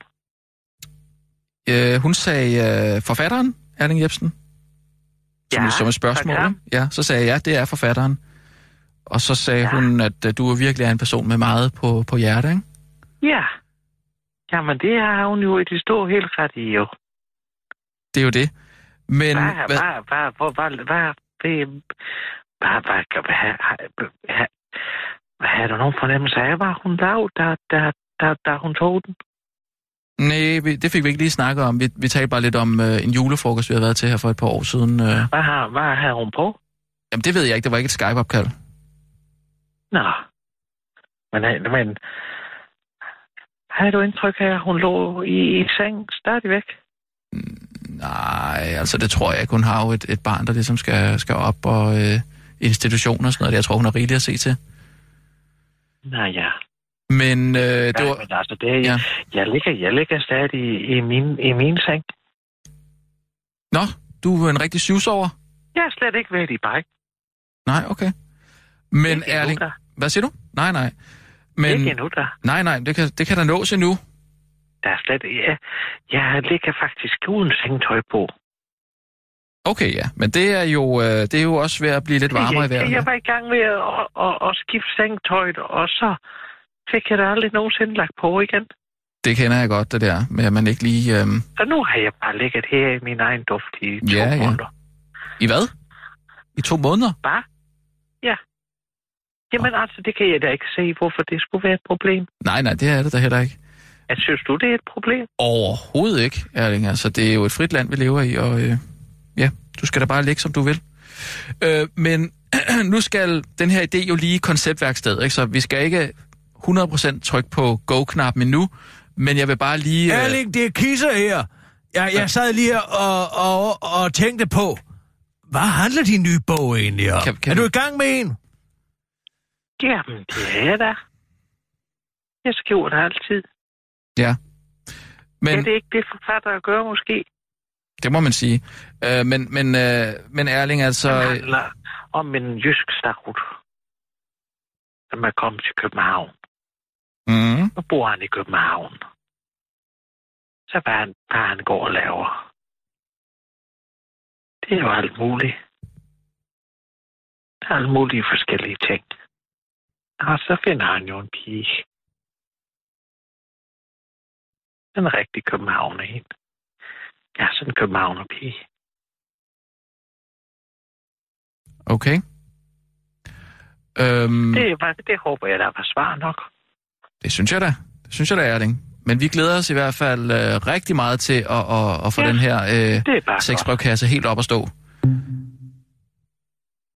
Øh, hun sagde øh, forfatteren, Erling Jepsen. Som, Ja, som et spørgsmål. Ikke? Ja, så sagde jeg, ja, det er forfatteren. Og så sagde ja. hun, at uh, du virkelig er en person med meget på, på hjertet, ikke? Ja. Jamen, det har hun jo i det store helt ret i, jo. Det er jo det. Men... Hvad, hvad, hvad, hvad, hvad, hvad, hvad, hvad, hvad, hvad, hvad, hvad, havde du nogen fornemmelse af, hvad hun lavede, da, da, da, da hun tog den? Nej, vi, det fik vi ikke lige snakket om. Vi, vi talte bare lidt om øh, en julefrokost, vi havde været til her for et par år siden. Øh. Hvad, har, hvad havde hun på? Jamen, det ved jeg ikke. Det var ikke et Skype-opkald. Nå. Men, men havde du indtryk af, at hun lå i, i seng stadigvæk? Nej, altså det tror jeg ikke. Hun har jo et, et barn, der ligesom skal, skal op og øh, institutioner og sådan noget. Jeg tror, hun har rigeligt at se til. Nej, ja. Men øh, det ja, var... Men altså, det er, ja. jeg, ligger, jeg ligger stadig i, i, min, i min seng. Nå, du er en rigtig syvsover. Jeg har slet ikke været i bike. Nej, okay. Men Erling... Hvad siger du? Nej, nej. Men... Ikke endnu, da. Nej, nej, det kan, det kan der nås endnu. Der er slet... Jeg, jeg ligger faktisk uden sengetøj på. Okay, ja. Men det er jo, øh, det er jo også ved at blive lidt varmere jeg, i vejret. Jeg var i gang med at, at, at, at skifte sengetøjet, og så fik jeg det aldrig nogensinde lagt på igen. Det kender jeg godt, det der, med at man ikke lige... Øh... Så nu har jeg bare ligget her i min egen duft i to ja, måneder. Ja. I hvad? I to måneder? Hvad? Ja. Jamen oh. altså, det kan jeg da ikke se, hvorfor det skulle være et problem. Nej, nej, det er det da heller ikke. Jeg synes du, det er et problem? Overhovedet ikke, Erling. Altså, det er jo et frit land, vi lever i, og øh, ja, du skal da bare ligge, som du vil. Øh, men nu skal den her idé jo lige i konceptværkstedet, ikke? Så vi skal ikke hundrede procent trykke på go-knappen endnu, men jeg vil bare lige... Øh... Erling, det er Kisser her. Jeg, jeg sad lige her og, og, og tænkte på, hvad handler din nye bog egentlig om? Kan, kan er du i gang med en? Jamen, det er jeg da. Jeg skriver det altid. Ja. Men... Er det ikke det, forfatter gør måske? Det må man sige. Øh, men, men, øh, men Erling, altså... Det handler om en jysk starut, som er kommet til København. Mm. Nu bor han i København. Så hvad han, hvad han går og laver. Det er jo alt muligt. Der er alle mulige forskellige ting. Og så finder han jo en pige. En rigtig københavner en. Ja, sådan en københavner-pige. Okay. Øhm, det, var, det håber jeg, der var svar nok. Det synes jeg da. Det synes jeg da, Erling. Men vi glæder os i hvert fald øh, rigtig meget til at, at, at få ja, den her øh, sexbrevkasse helt op at stå.